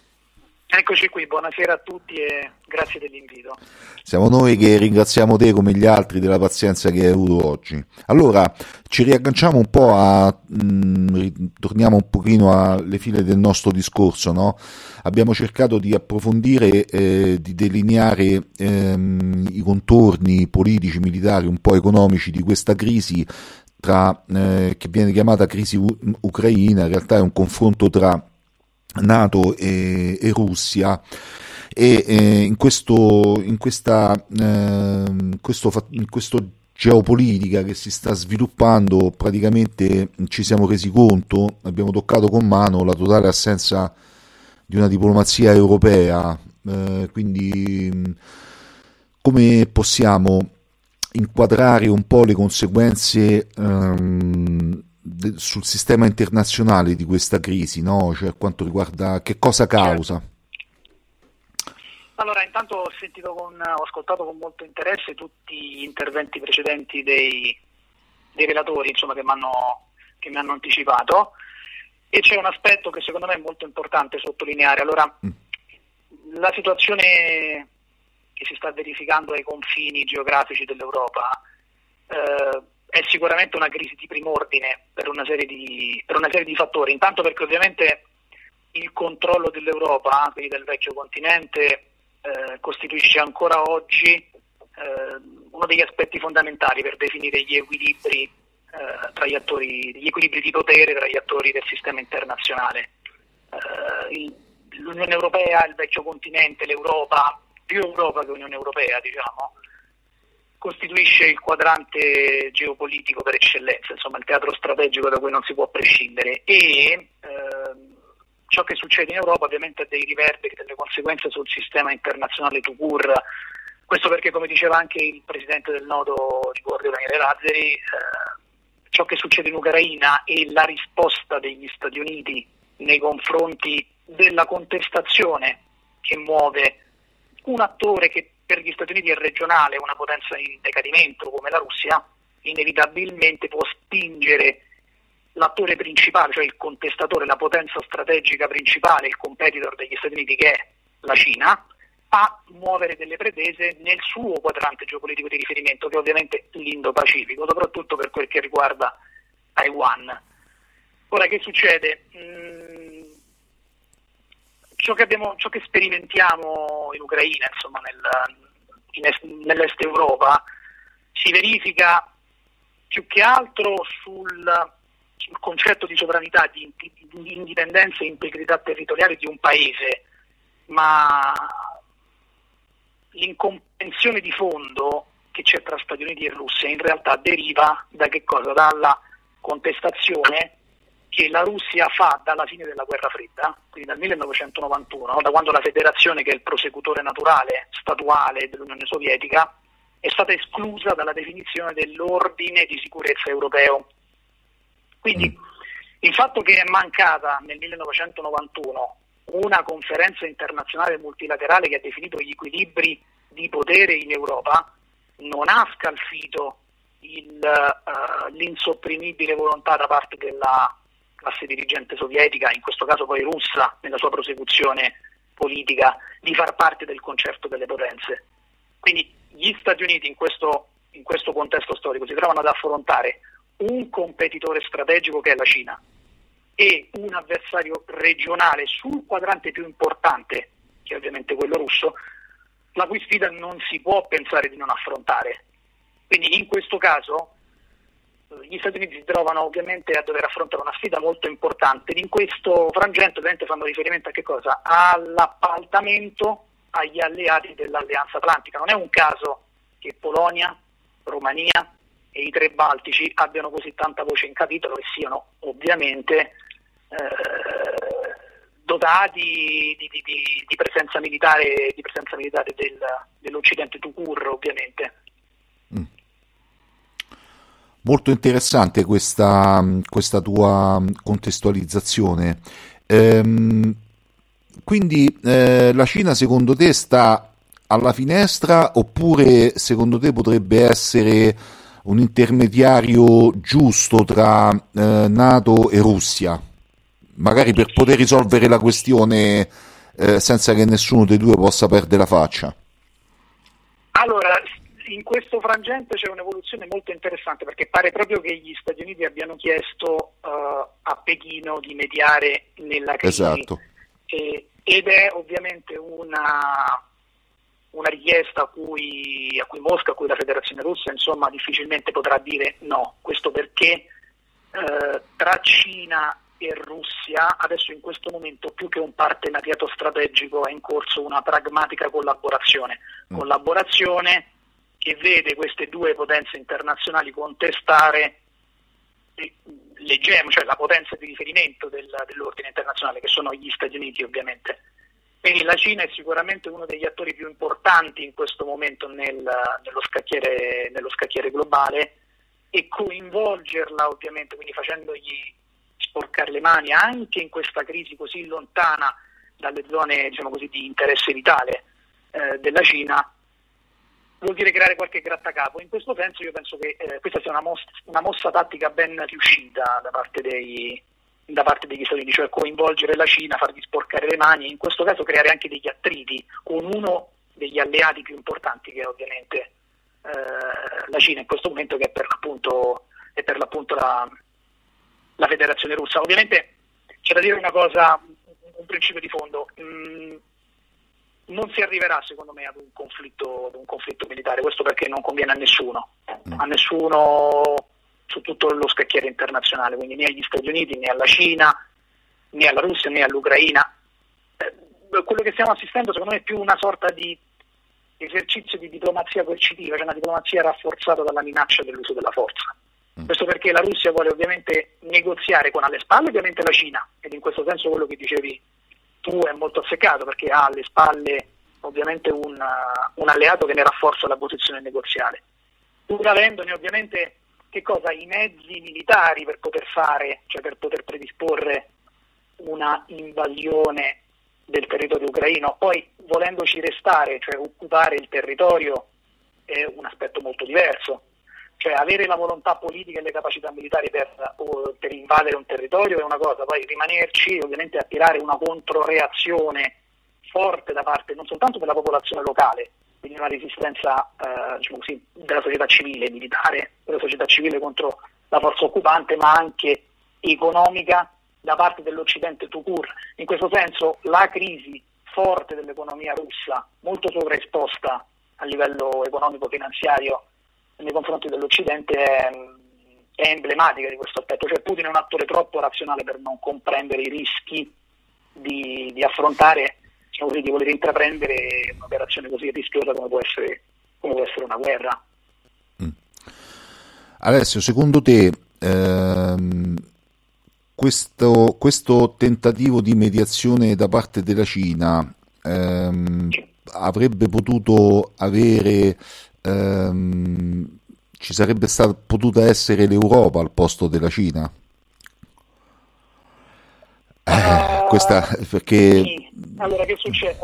Eccoci qui, buonasera a tutti e grazie dell'invito. Siamo noi che ringraziamo te come gli altri della pazienza che hai avuto oggi. Allora, ci riagganciamo un po' torniamo un pochino alle file del nostro discorso, no? Abbiamo cercato di approfondire, di delineare i contorni politici, militari, un po' economici di questa crisi che viene chiamata crisi ucraina. In realtà è un confronto tra NATO e Russia, e in questo geopolitica che si sta sviluppando praticamente ci siamo resi conto, abbiamo toccato con mano la totale assenza di una diplomazia europea, quindi come possiamo inquadrare un po' le conseguenze sul sistema internazionale di questa crisi, no? Cioè, quanto riguarda che cosa causa? Allora, intanto ho ascoltato con molto interesse tutti gli interventi precedenti dei relatori, insomma, che mi hanno anticipato, e c'è un aspetto che secondo me è molto importante sottolineare. Allora, la situazione che si sta verificando ai confini geografici dell'Europa è sicuramente una crisi di prim'ordine per una serie di fattori. Intanto perché ovviamente il controllo dell'Europa, quindi del vecchio continente, costituisce ancora oggi uno degli aspetti fondamentali per definire gli equilibri gli equilibri di potere tra gli attori del sistema internazionale. L'Unione Europea, il vecchio continente, l'Europa, più Europa che Unione Europea, diciamo, costituisce il quadrante geopolitico per eccellenza, insomma il teatro strategico da cui non si può prescindere, e ciò che succede in Europa ovviamente ha dei riverberi, delle conseguenze sul sistema internazionale tout court. Questo perché, come diceva anche il presidente del Nodo di Cordio, Daniele Lazzari, ciò che succede in Ucraina e la risposta degli Stati Uniti nei confronti della contestazione che muove un attore che per gli Stati Uniti è regionale, una potenza in decadimento come la Russia, inevitabilmente può spingere l'attore principale, cioè il contestatore, la potenza strategica principale, il competitor degli Stati Uniti, che è la Cina, a muovere delle pretese nel suo quadrante geopolitico di riferimento, che è ovviamente l'Indo-Pacifico, soprattutto per quel che riguarda Taiwan. Ora, che succede? Ciò che sperimentiamo in Ucraina, insomma, nell'est Europa, si verifica più che altro sul concetto di sovranità, di indipendenza e integrità territoriale di un paese, ma l'incomprensione di fondo che c'è tra Stati Uniti e Russia in realtà deriva da che cosa? Dalla contestazione che la Russia fa dalla fine della guerra fredda, quindi dal 1991, da quando la Federazione, che è il prosecutore naturale statuale dell'Unione Sovietica, è stata esclusa dalla definizione dell'ordine di sicurezza europeo. Quindi il fatto che è mancata nel 1991 una conferenza internazionale multilaterale che ha definito gli equilibri di potere in Europa non ha scalfito l'insopprimibile volontà da parte della classe dirigente sovietica, in questo caso poi russa, nella sua prosecuzione politica, di far parte del concerto delle potenze. Quindi gli Stati Uniti in questo contesto storico si trovano ad affrontare un competitore strategico che è la Cina e un avversario regionale sul quadrante più importante, che è ovviamente quello russo, la cui sfida non si può pensare di non affrontare. Quindi in questo caso gli Stati Uniti si trovano ovviamente a dover affrontare una sfida molto importante. In questo frangente ovviamente fanno riferimento a che cosa? All'appaltamento agli alleati dell'Alleanza Atlantica. Non è un caso che Polonia, Romania e i 3 Baltici abbiano così tanta voce in capitolo e siano ovviamente dotati di presenza militare dell'Occidente tout court, ovviamente. Molto interessante questa tua contestualizzazione. Quindi la Cina secondo te sta alla finestra, oppure secondo te potrebbe essere un intermediario giusto tra NATO e Russia, magari per poter risolvere la questione senza che nessuno dei due possa perdere la faccia? Allora, in questo frangente c'è un'evoluzione molto interessante, perché pare proprio che gli Stati Uniti abbiano chiesto a Pechino di mediare nella crisi. Esatto. Ed è ovviamente una richiesta a cui Mosca, a cui la Federazione Russa, insomma, difficilmente potrà dire no. Questo perché tra Cina e Russia adesso in questo momento, più che un partenariato strategico, è in corso una pragmatica collaborazione che vede queste due potenze internazionali contestare l'egemone, cioè la potenza di riferimento dell'ordine internazionale, che sono gli Stati Uniti, ovviamente. Quindi la Cina è sicuramente uno degli attori più importanti in questo momento nello scacchiere globale, e coinvolgerla, ovviamente, quindi facendogli sporcare le mani anche in questa crisi così lontana dalle zone, diciamo così, di interesse vitale della Cina, vuol dire creare qualche grattacapo. In questo senso io penso che questa sia una mossa tattica ben riuscita da parte degli Stati Uniti, cioè coinvolgere la Cina, fargli sporcare le mani e in questo caso creare anche degli attriti con uno degli alleati più importanti, che è ovviamente la Cina in questo momento, che è per l'appunto la Federazione Russa. Ovviamente c'è da dire una cosa, un principio di fondo: non si arriverà, secondo me, ad un conflitto militare, questo perché non conviene a nessuno su tutto lo scacchiere internazionale, quindi né agli Stati Uniti, né alla Cina, né alla Russia, né all'Ucraina. Quello che stiamo assistendo, secondo me, è più una sorta di esercizio di diplomazia coercitiva, cioè una diplomazia rafforzata dalla minaccia dell'uso della forza. Questo perché la Russia vuole ovviamente negoziare con alle spalle ovviamente la Cina, ed in questo senso quello che dicevi tu è molto azzeccato, perché ha alle spalle ovviamente un alleato che ne rafforza la posizione negoziale, pur avendone ovviamente che cosa? I mezzi militari per poter fare, cioè per poter predisporre una invasione del territorio ucraino. Poi, volendoci restare, cioè occupare il territorio, è un aspetto molto diverso. Cioè avere la volontà politica e le capacità militari per invadere un territorio è una cosa, poi rimanerci, ovviamente attirare una controreazione forte da parte non soltanto della popolazione locale, quindi una resistenza diciamo così, della società civile, militare, della società civile contro la forza occupante, ma anche economica da parte dell'Occidente tout court. In questo senso la crisi forte dell'economia russa, molto sovraesposta a livello economico-finanziario nei confronti dell'Occidente, è emblematica di questo aspetto. Cioè Putin è un attore troppo razionale per non comprendere i rischi di affrontare, diciamo così, di voler intraprendere un'operazione così rischiosa come può essere una guerra. Alessio, secondo te questo tentativo di mediazione da parte della Cina avrebbe potuto avere, ci sarebbe potuta essere l'Europa al posto della Cina? Questa perché Sì. Allora che succede?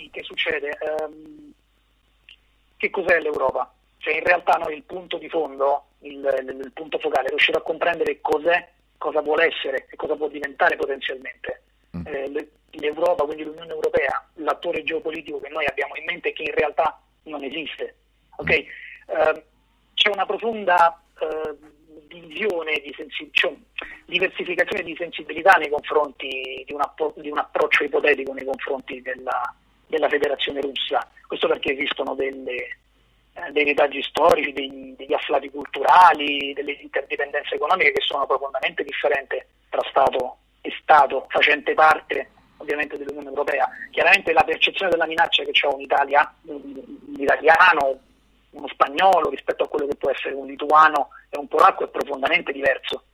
Che cos'è l'Europa? Cioè in realtà noi il punto di fondo, il punto focale, è riuscire a comprendere cos'è, cosa vuole essere e cosa può diventare potenzialmente l'Europa, quindi l'Unione Europea, l'attore geopolitico che noi abbiamo in mente e che in realtà non esiste. Okay? C'è una profonda divisione diversificazione di sensibilità nei confronti di un approccio ipotetico nei confronti della Federazione Russa. Questo perché esistono dei retaggi storici, degli afflati culturali, delle interdipendenze economiche che sono profondamente differenti tra Stato e Stato facente parte ovviamente dell'Unione Europea. Chiaramente la percezione della minaccia che c'è un italiano, uno spagnolo rispetto a quello che può essere un lituano e un polacco è profondamente diverso.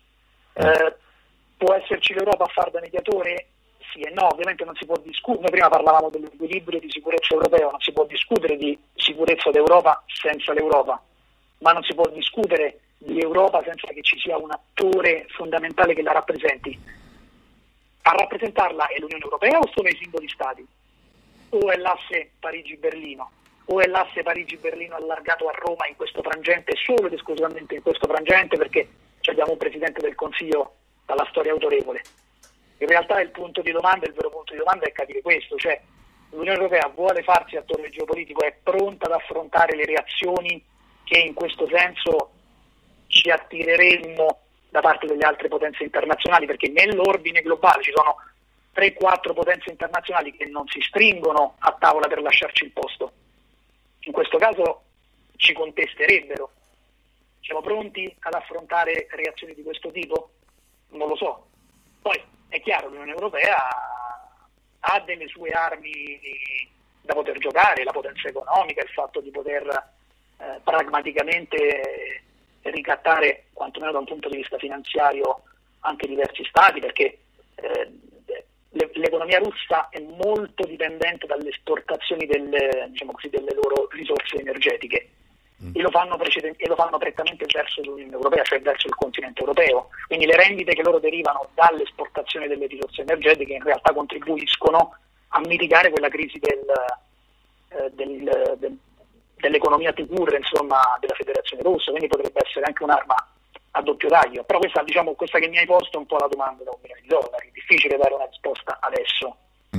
Può esserci l'Europa a far da mediatore? Sì e no, ovviamente non si può discutere. Noi prima parlavamo dell'equilibrio di sicurezza europeo, non si può discutere di sicurezza d'Europa senza l'Europa, ma non si può discutere di Europa senza che ci sia un attore fondamentale che la rappresenti. A rappresentarla è l'Unione Europea o sono i singoli stati? O è l'asse Parigi-Berlino? O è l'asse Parigi-Berlino allargato a Roma in questo frangente, solo ed esclusivamente in questo frangente, perché abbiamo un Presidente del Consiglio dalla storia autorevole? In realtà il vero punto di domanda è capire questo, cioè l'Unione Europea vuole farsi attore geopolitico, è pronta ad affrontare le reazioni che in questo senso ci attireremmo da parte delle altre potenze internazionali, perché nell'ordine globale ci sono 3-4 potenze internazionali che non si stringono a tavola per lasciarci il posto. In questo caso ci contesterebbero. Siamo pronti ad affrontare reazioni di questo tipo? Non lo so. Poi è chiaro, l'Unione Europea ha delle sue armi da poter giocare, la potenza economica, il fatto di poter pragmaticamente ricattare, quantomeno da un punto di vista finanziario, anche diversi stati, perché l'economia russa è molto dipendente dalle esportazioni delle loro risorse energetiche e lo fanno prettamente verso l'Unione Europea, cioè verso il continente europeo. Quindi le rendite che loro derivano dall'esportazione delle risorse energetiche in realtà contribuiscono a mitigare quella crisi dell'economia tout court, insomma, della Federazione Russa, quindi potrebbe essere anche un'arma a doppio taglio. Però questa che mi hai posto è un po' la domanda da $1 milione, è difficile dare una risposta adesso.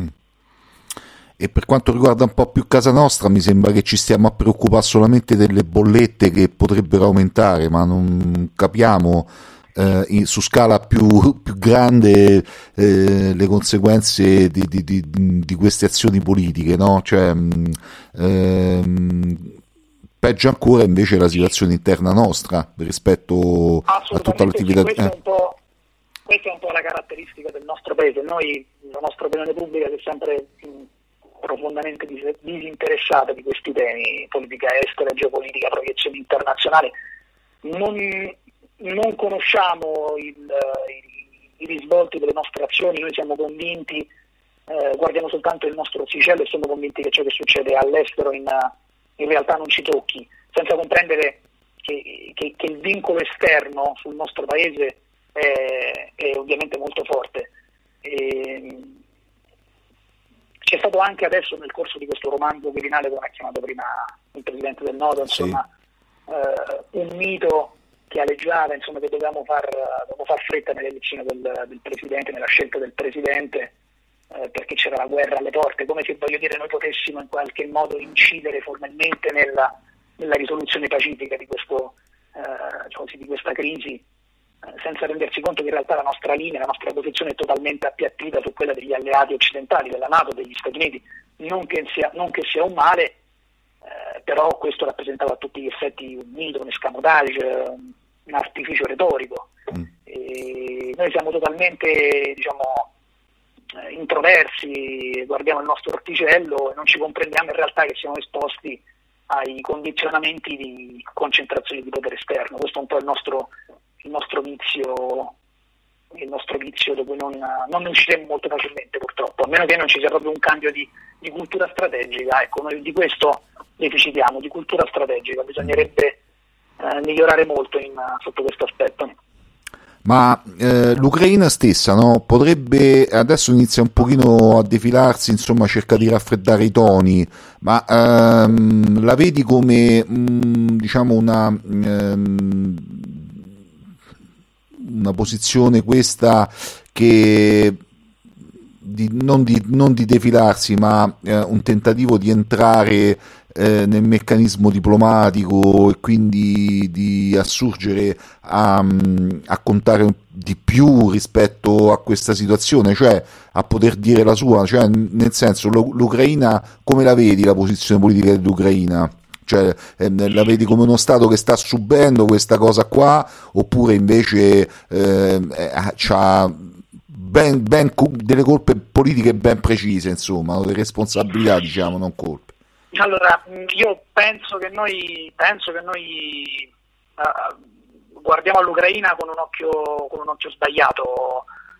E per quanto riguarda un po' più casa nostra, mi sembra che ci stiamo a preoccupare solamente delle bollette che potrebbero aumentare, ma non capiamo su scala più grande le conseguenze di queste azioni politiche, no? Cioè, peggio ancora invece la situazione interna nostra rispetto a tutta l'attività. Sì, questa è un po' la caratteristica del nostro paese. Noi, la nostra opinione pubblica, è sempre profondamente disinteressata di questi temi, politica estera, geopolitica, proiezione internazionale. Non conosciamo i risvolti delle nostre azioni, noi siamo convinti, guardiamo soltanto il nostro orticello e siamo convinti che ciò che succede all'estero in realtà non ci tocchi, senza comprendere che il vincolo esterno sul nostro paese è ovviamente molto forte. C'è stato anche adesso nel corso di questo romanzo criminale, come ha chiamato prima il Presidente del Nodo, insomma, un mito che aleggiava, insomma, che dovevamo far fretta nell'elezione del Presidente, nella scelta del Presidente, perché c'era la guerra alle porte, come se, voglio dire, noi potessimo in qualche modo incidere formalmente nella risoluzione pacifica di questo, di questa crisi, senza rendersi conto che in realtà la nostra linea, la nostra posizione è totalmente appiattita su quella degli alleati occidentali, della NATO, degli Stati Uniti. Non che sia un male, però questo rappresentava a tutti gli effetti un mito, un escamotage, un artificio retorico. E noi siamo totalmente, introversi, guardiamo il nostro orticello e non ci comprendiamo in realtà che siamo esposti ai condizionamenti di concentrazione di potere esterno. Questo è un po' il nostro vizio da cui non ne usciremo molto facilmente, purtroppo, a meno che non ci sia proprio un cambio di cultura strategica. Ecco, noi di questo deficitiamo, di cultura strategica. Bisognerebbe migliorare molto sotto questo aspetto. Ma l'Ucraina stessa, no? Potrebbe, adesso inizia un pochino a defilarsi, insomma cerca di raffreddare i toni, ma la vedi come una posizione questa che non di defilarsi, ma un tentativo di entrare nel meccanismo diplomatico e quindi di assurgere a contare di più rispetto a questa situazione, cioè a poter dire la sua, cioè nel senso, l'Ucraina, come la vedi la posizione politica dell'Ucraina? Cioè la vedi come uno Stato che sta subendo questa cosa qua, oppure invece c'ha delle colpe politiche ben precise, insomma, delle responsabilità, non colpe? Allora, io penso che noi guardiamo all'Ucraina con un occhio sbagliato.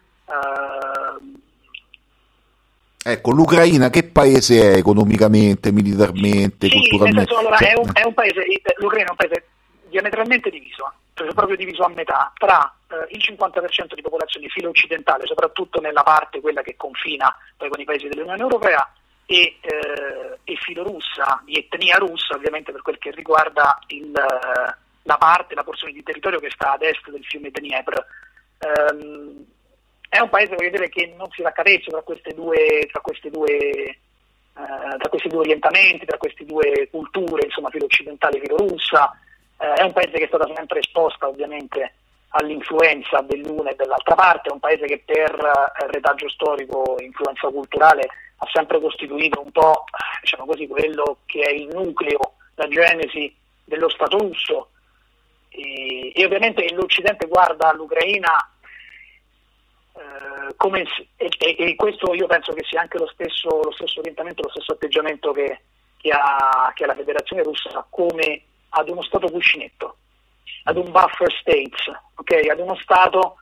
Ecco, l'Ucraina che paese è economicamente, militarmente, culturalmente? Nel senso, allora, è un paese, l'Ucraina è un paese diametralmente diviso, cioè proprio diviso a metà, tra il 50% di popolazione filo-occidentale, soprattutto nella parte quella che confina poi con i paesi dell'Unione Europea, e filorussa, di etnia russa, ovviamente, per quel che riguarda la porzione di territorio che sta ad est del fiume Dnepr. È un paese, voglio dire, che non si raccaprezza tra questi due orientamenti, tra queste due culture, insomma, filo-occidentale e filo-russa. È un paese che è stata sempre esposta, ovviamente, all'influenza dell'una e dell'altra parte. È un paese che per retaggio storico e influenza culturale ha sempre costituito un po', quello che è il nucleo, la genesi dello Stato russo, e ovviamente l'Occidente guarda all'Ucraina e questo io penso che sia anche lo stesso orientamento, lo stesso atteggiamento che ha la Federazione Russa, come ad uno Stato cuscinetto, ad un buffer states, okay? Ad uno Stato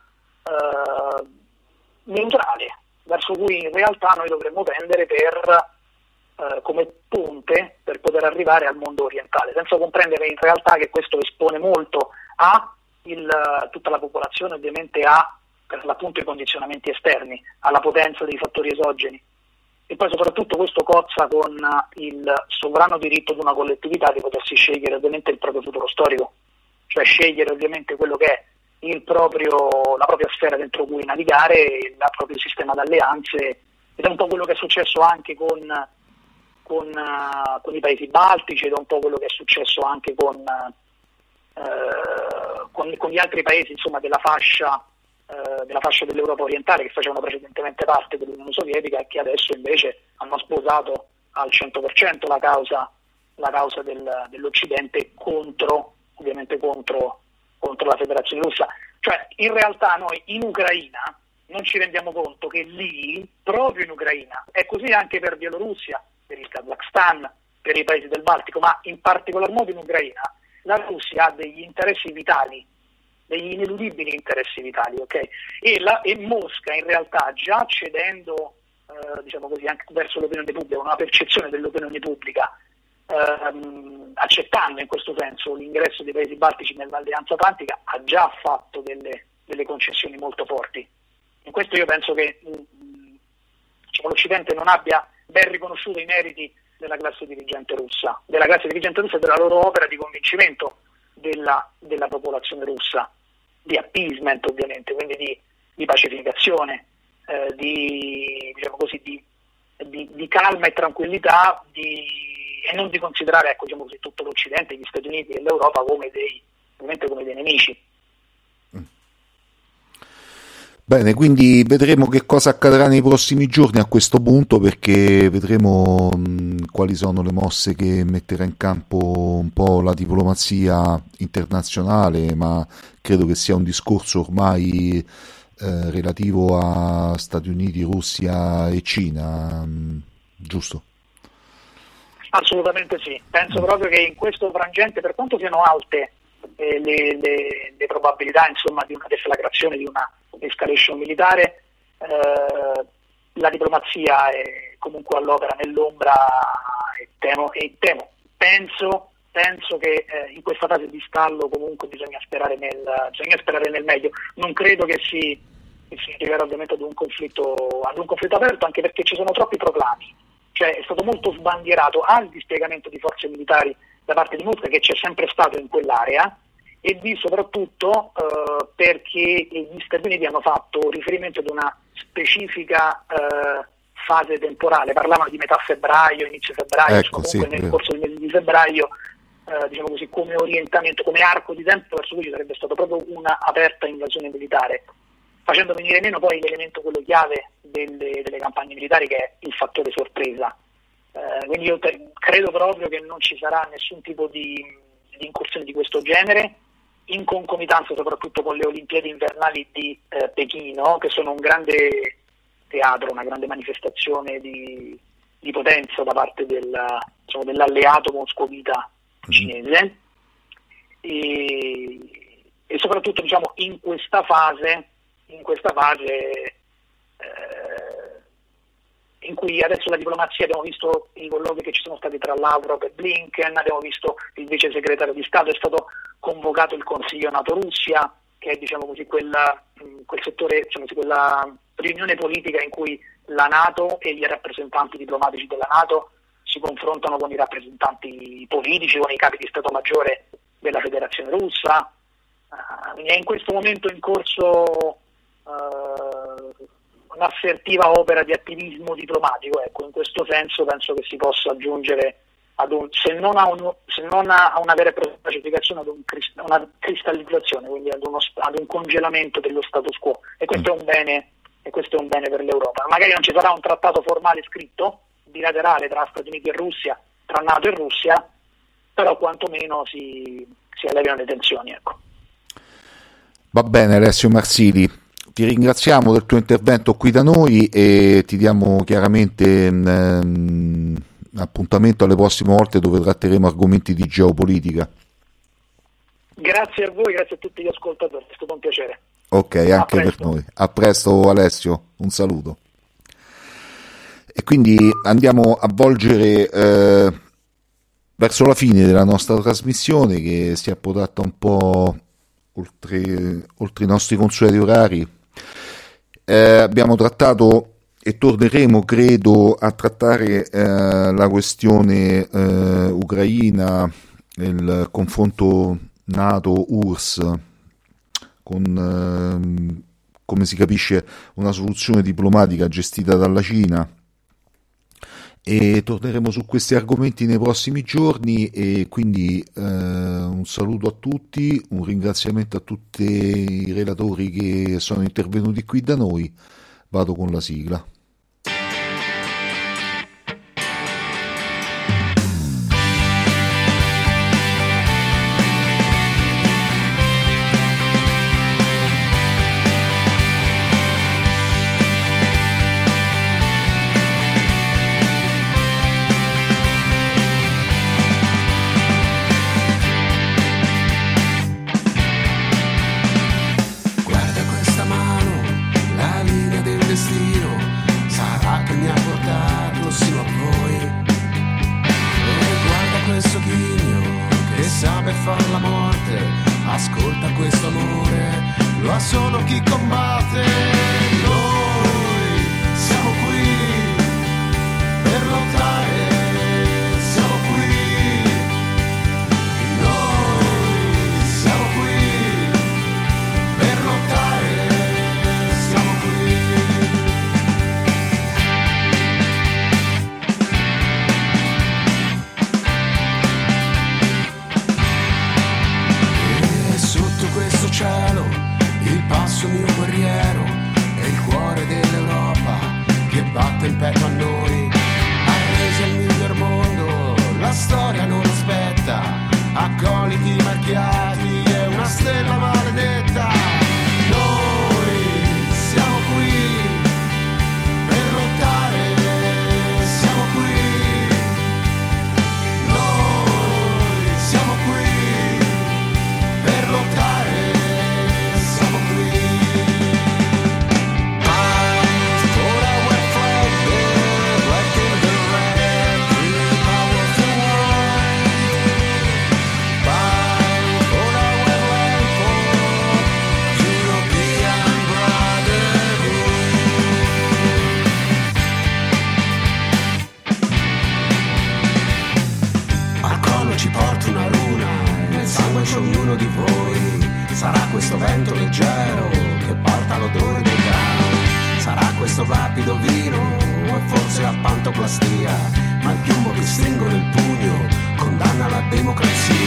neutrale, verso cui in realtà noi dovremmo tendere come ponte per poter arrivare al mondo orientale, senza comprendere in realtà che questo espone molto tutta la popolazione, ovviamente, per l'appunto i condizionamenti esterni, alla potenza dei fattori esogeni, e poi soprattutto questo cozza con il sovrano diritto di una collettività di potersi scegliere ovviamente il proprio futuro storico, cioè scegliere ovviamente quello che è la propria sfera dentro cui navigare, il proprio sistema d'alleanze, ed è un po' quello che è successo anche con i paesi baltici, ed è un po' quello che è successo anche con gli altri paesi, insomma, della fascia dell'Europa orientale, che facevano precedentemente parte dell'Unione Sovietica e che adesso invece hanno sposato al 100% la causa dell'Occidente contro la Federazione Russa. Cioè, in realtà noi in Ucraina non ci rendiamo conto che lì, proprio in Ucraina, è così anche per Bielorussia, per il Kazakhstan, per i paesi del Baltico, ma in particolar modo in Ucraina, la Russia ha degli interessi vitali, degli ineludibili interessi vitali, ok? E Mosca in realtà, già cedendo anche verso l'opinione pubblica, una percezione dell'opinione pubblica, accettando in questo senso l'ingresso dei paesi baltici nell'Alleanza Atlantica, ha già fatto delle concessioni molto forti. In questo io penso che l'Occidente non abbia ben riconosciuto i meriti della classe dirigente russa e della loro opera di convincimento della popolazione russa, di appeasement, ovviamente, quindi di pacificazione, diciamo così, di calma e tranquillità, e non di considerare, ecco, diciamo così, tutto l'Occidente, gli Stati Uniti e l'Europa come dei nemici. Bene, quindi vedremo che cosa accadrà nei prossimi giorni a questo punto, perché vedremo quali sono le mosse che metterà in campo un po' la diplomazia internazionale, ma credo che sia un discorso ormai relativo a Stati Uniti, Russia e Cina, giusto? Assolutamente sì, penso proprio che in questo frangente, per quanto siano alte le probabilità, insomma, di una deflagrazione, di una escalation militare, la diplomazia è comunque all'opera nell'ombra, penso che in questa fase di stallo comunque bisogna sperare nel meglio. Non credo che si arriverà ovviamente ad un conflitto aperto, anche perché ci sono troppi proclami, cioè è stato molto sbandierato al dispiegamento di forze militari da parte di Mosca, che c'è sempre stato in quell'area, e B soprattutto perché gli Stati Uniti hanno fatto riferimento ad una specifica fase temporale, parlavano di metà febbraio, inizio febbraio, ecco, comunque nel corso del mese di febbraio, diciamo così, come orientamento, come arco di tempo verso cui ci sarebbe stata proprio una aperta invasione militare, facendo venire meno poi l'elemento, quello chiave delle campagne militari, che è il fattore sorpresa. Quindi io credo proprio che non ci sarà nessun tipo di incursione di questo genere, in concomitanza soprattutto con le Olimpiadi invernali di Pechino, che sono un grande teatro, una grande manifestazione di potenza da parte dell'alleato moscovita cinese, e soprattutto, diciamo, in questa fase in cui adesso la diplomazia, abbiamo visto i colloqui che ci sono stati tra Lavrov e Blinken, abbiamo visto il vice segretario di Stato, è stato convocato il Consiglio NATO-Russia, che è, diciamo così, quel settore, diciamo così, quella riunione politica in cui la NATO e gli rappresentanti diplomatici della NATO si confrontano con i rappresentanti politici, con i capi di Stato Maggiore della Federazione Russa. Quindi è in questo momento in corso un'assertiva opera di attivismo diplomatico, ecco. In questo senso penso che si possa aggiungere se non a una vera e propria pacificazione, ad una cristallizzazione, quindi ad un congelamento dello status quo, e questo è un bene per l'Europa. Magari non ci sarà un trattato formale scritto bilaterale tra Stati Uniti e Russia, tra NATO e Russia, però quantomeno si allevino le tensioni, ecco. Va bene, Alessio Marsili, ti ringraziamo del tuo intervento qui da noi e ti diamo chiaramente appuntamento alle prossime volte, dove tratteremo argomenti di geopolitica. Grazie a voi, grazie a tutti gli ascoltatori, è stato un piacere. Ok, anche per noi. A presto, Alessio, un saluto. E quindi andiamo a volgere verso la fine della nostra trasmissione, che si è protratta un po' oltre i nostri consueti orari. Abbiamo trattato e torneremo, credo, a trattare la questione ucraina, il confronto NATO-URSS, con, come si capisce, una soluzione diplomatica gestita dalla Cina, e torneremo su questi argomenti nei prossimi giorni. E quindi un saluto a tutti, un ringraziamento a tutti i relatori che sono intervenuti qui da noi. Vado con la sigla. mio guerriero è il cuore dell'Europa che batte in petto a noi. Arresi al miglior mondo, la storia non aspetta, accoliti marchiati, è una stella maledetta. Noi siamo qui per lottare, siamo qui. Noi siamo qui per lottare, siamo qui. Fight for our flag, the black and the red, the powerful world. Fight for our land, for European brotherhood. Al collo ci porta una runa, nel sangue c'è ognuno di voi. Sarà questo vento leggero che porta l'odore del grano, sarà questo vapido vino o forse la pantoplastia, ma il piombo che stringo nel pugno condanna la democrazia.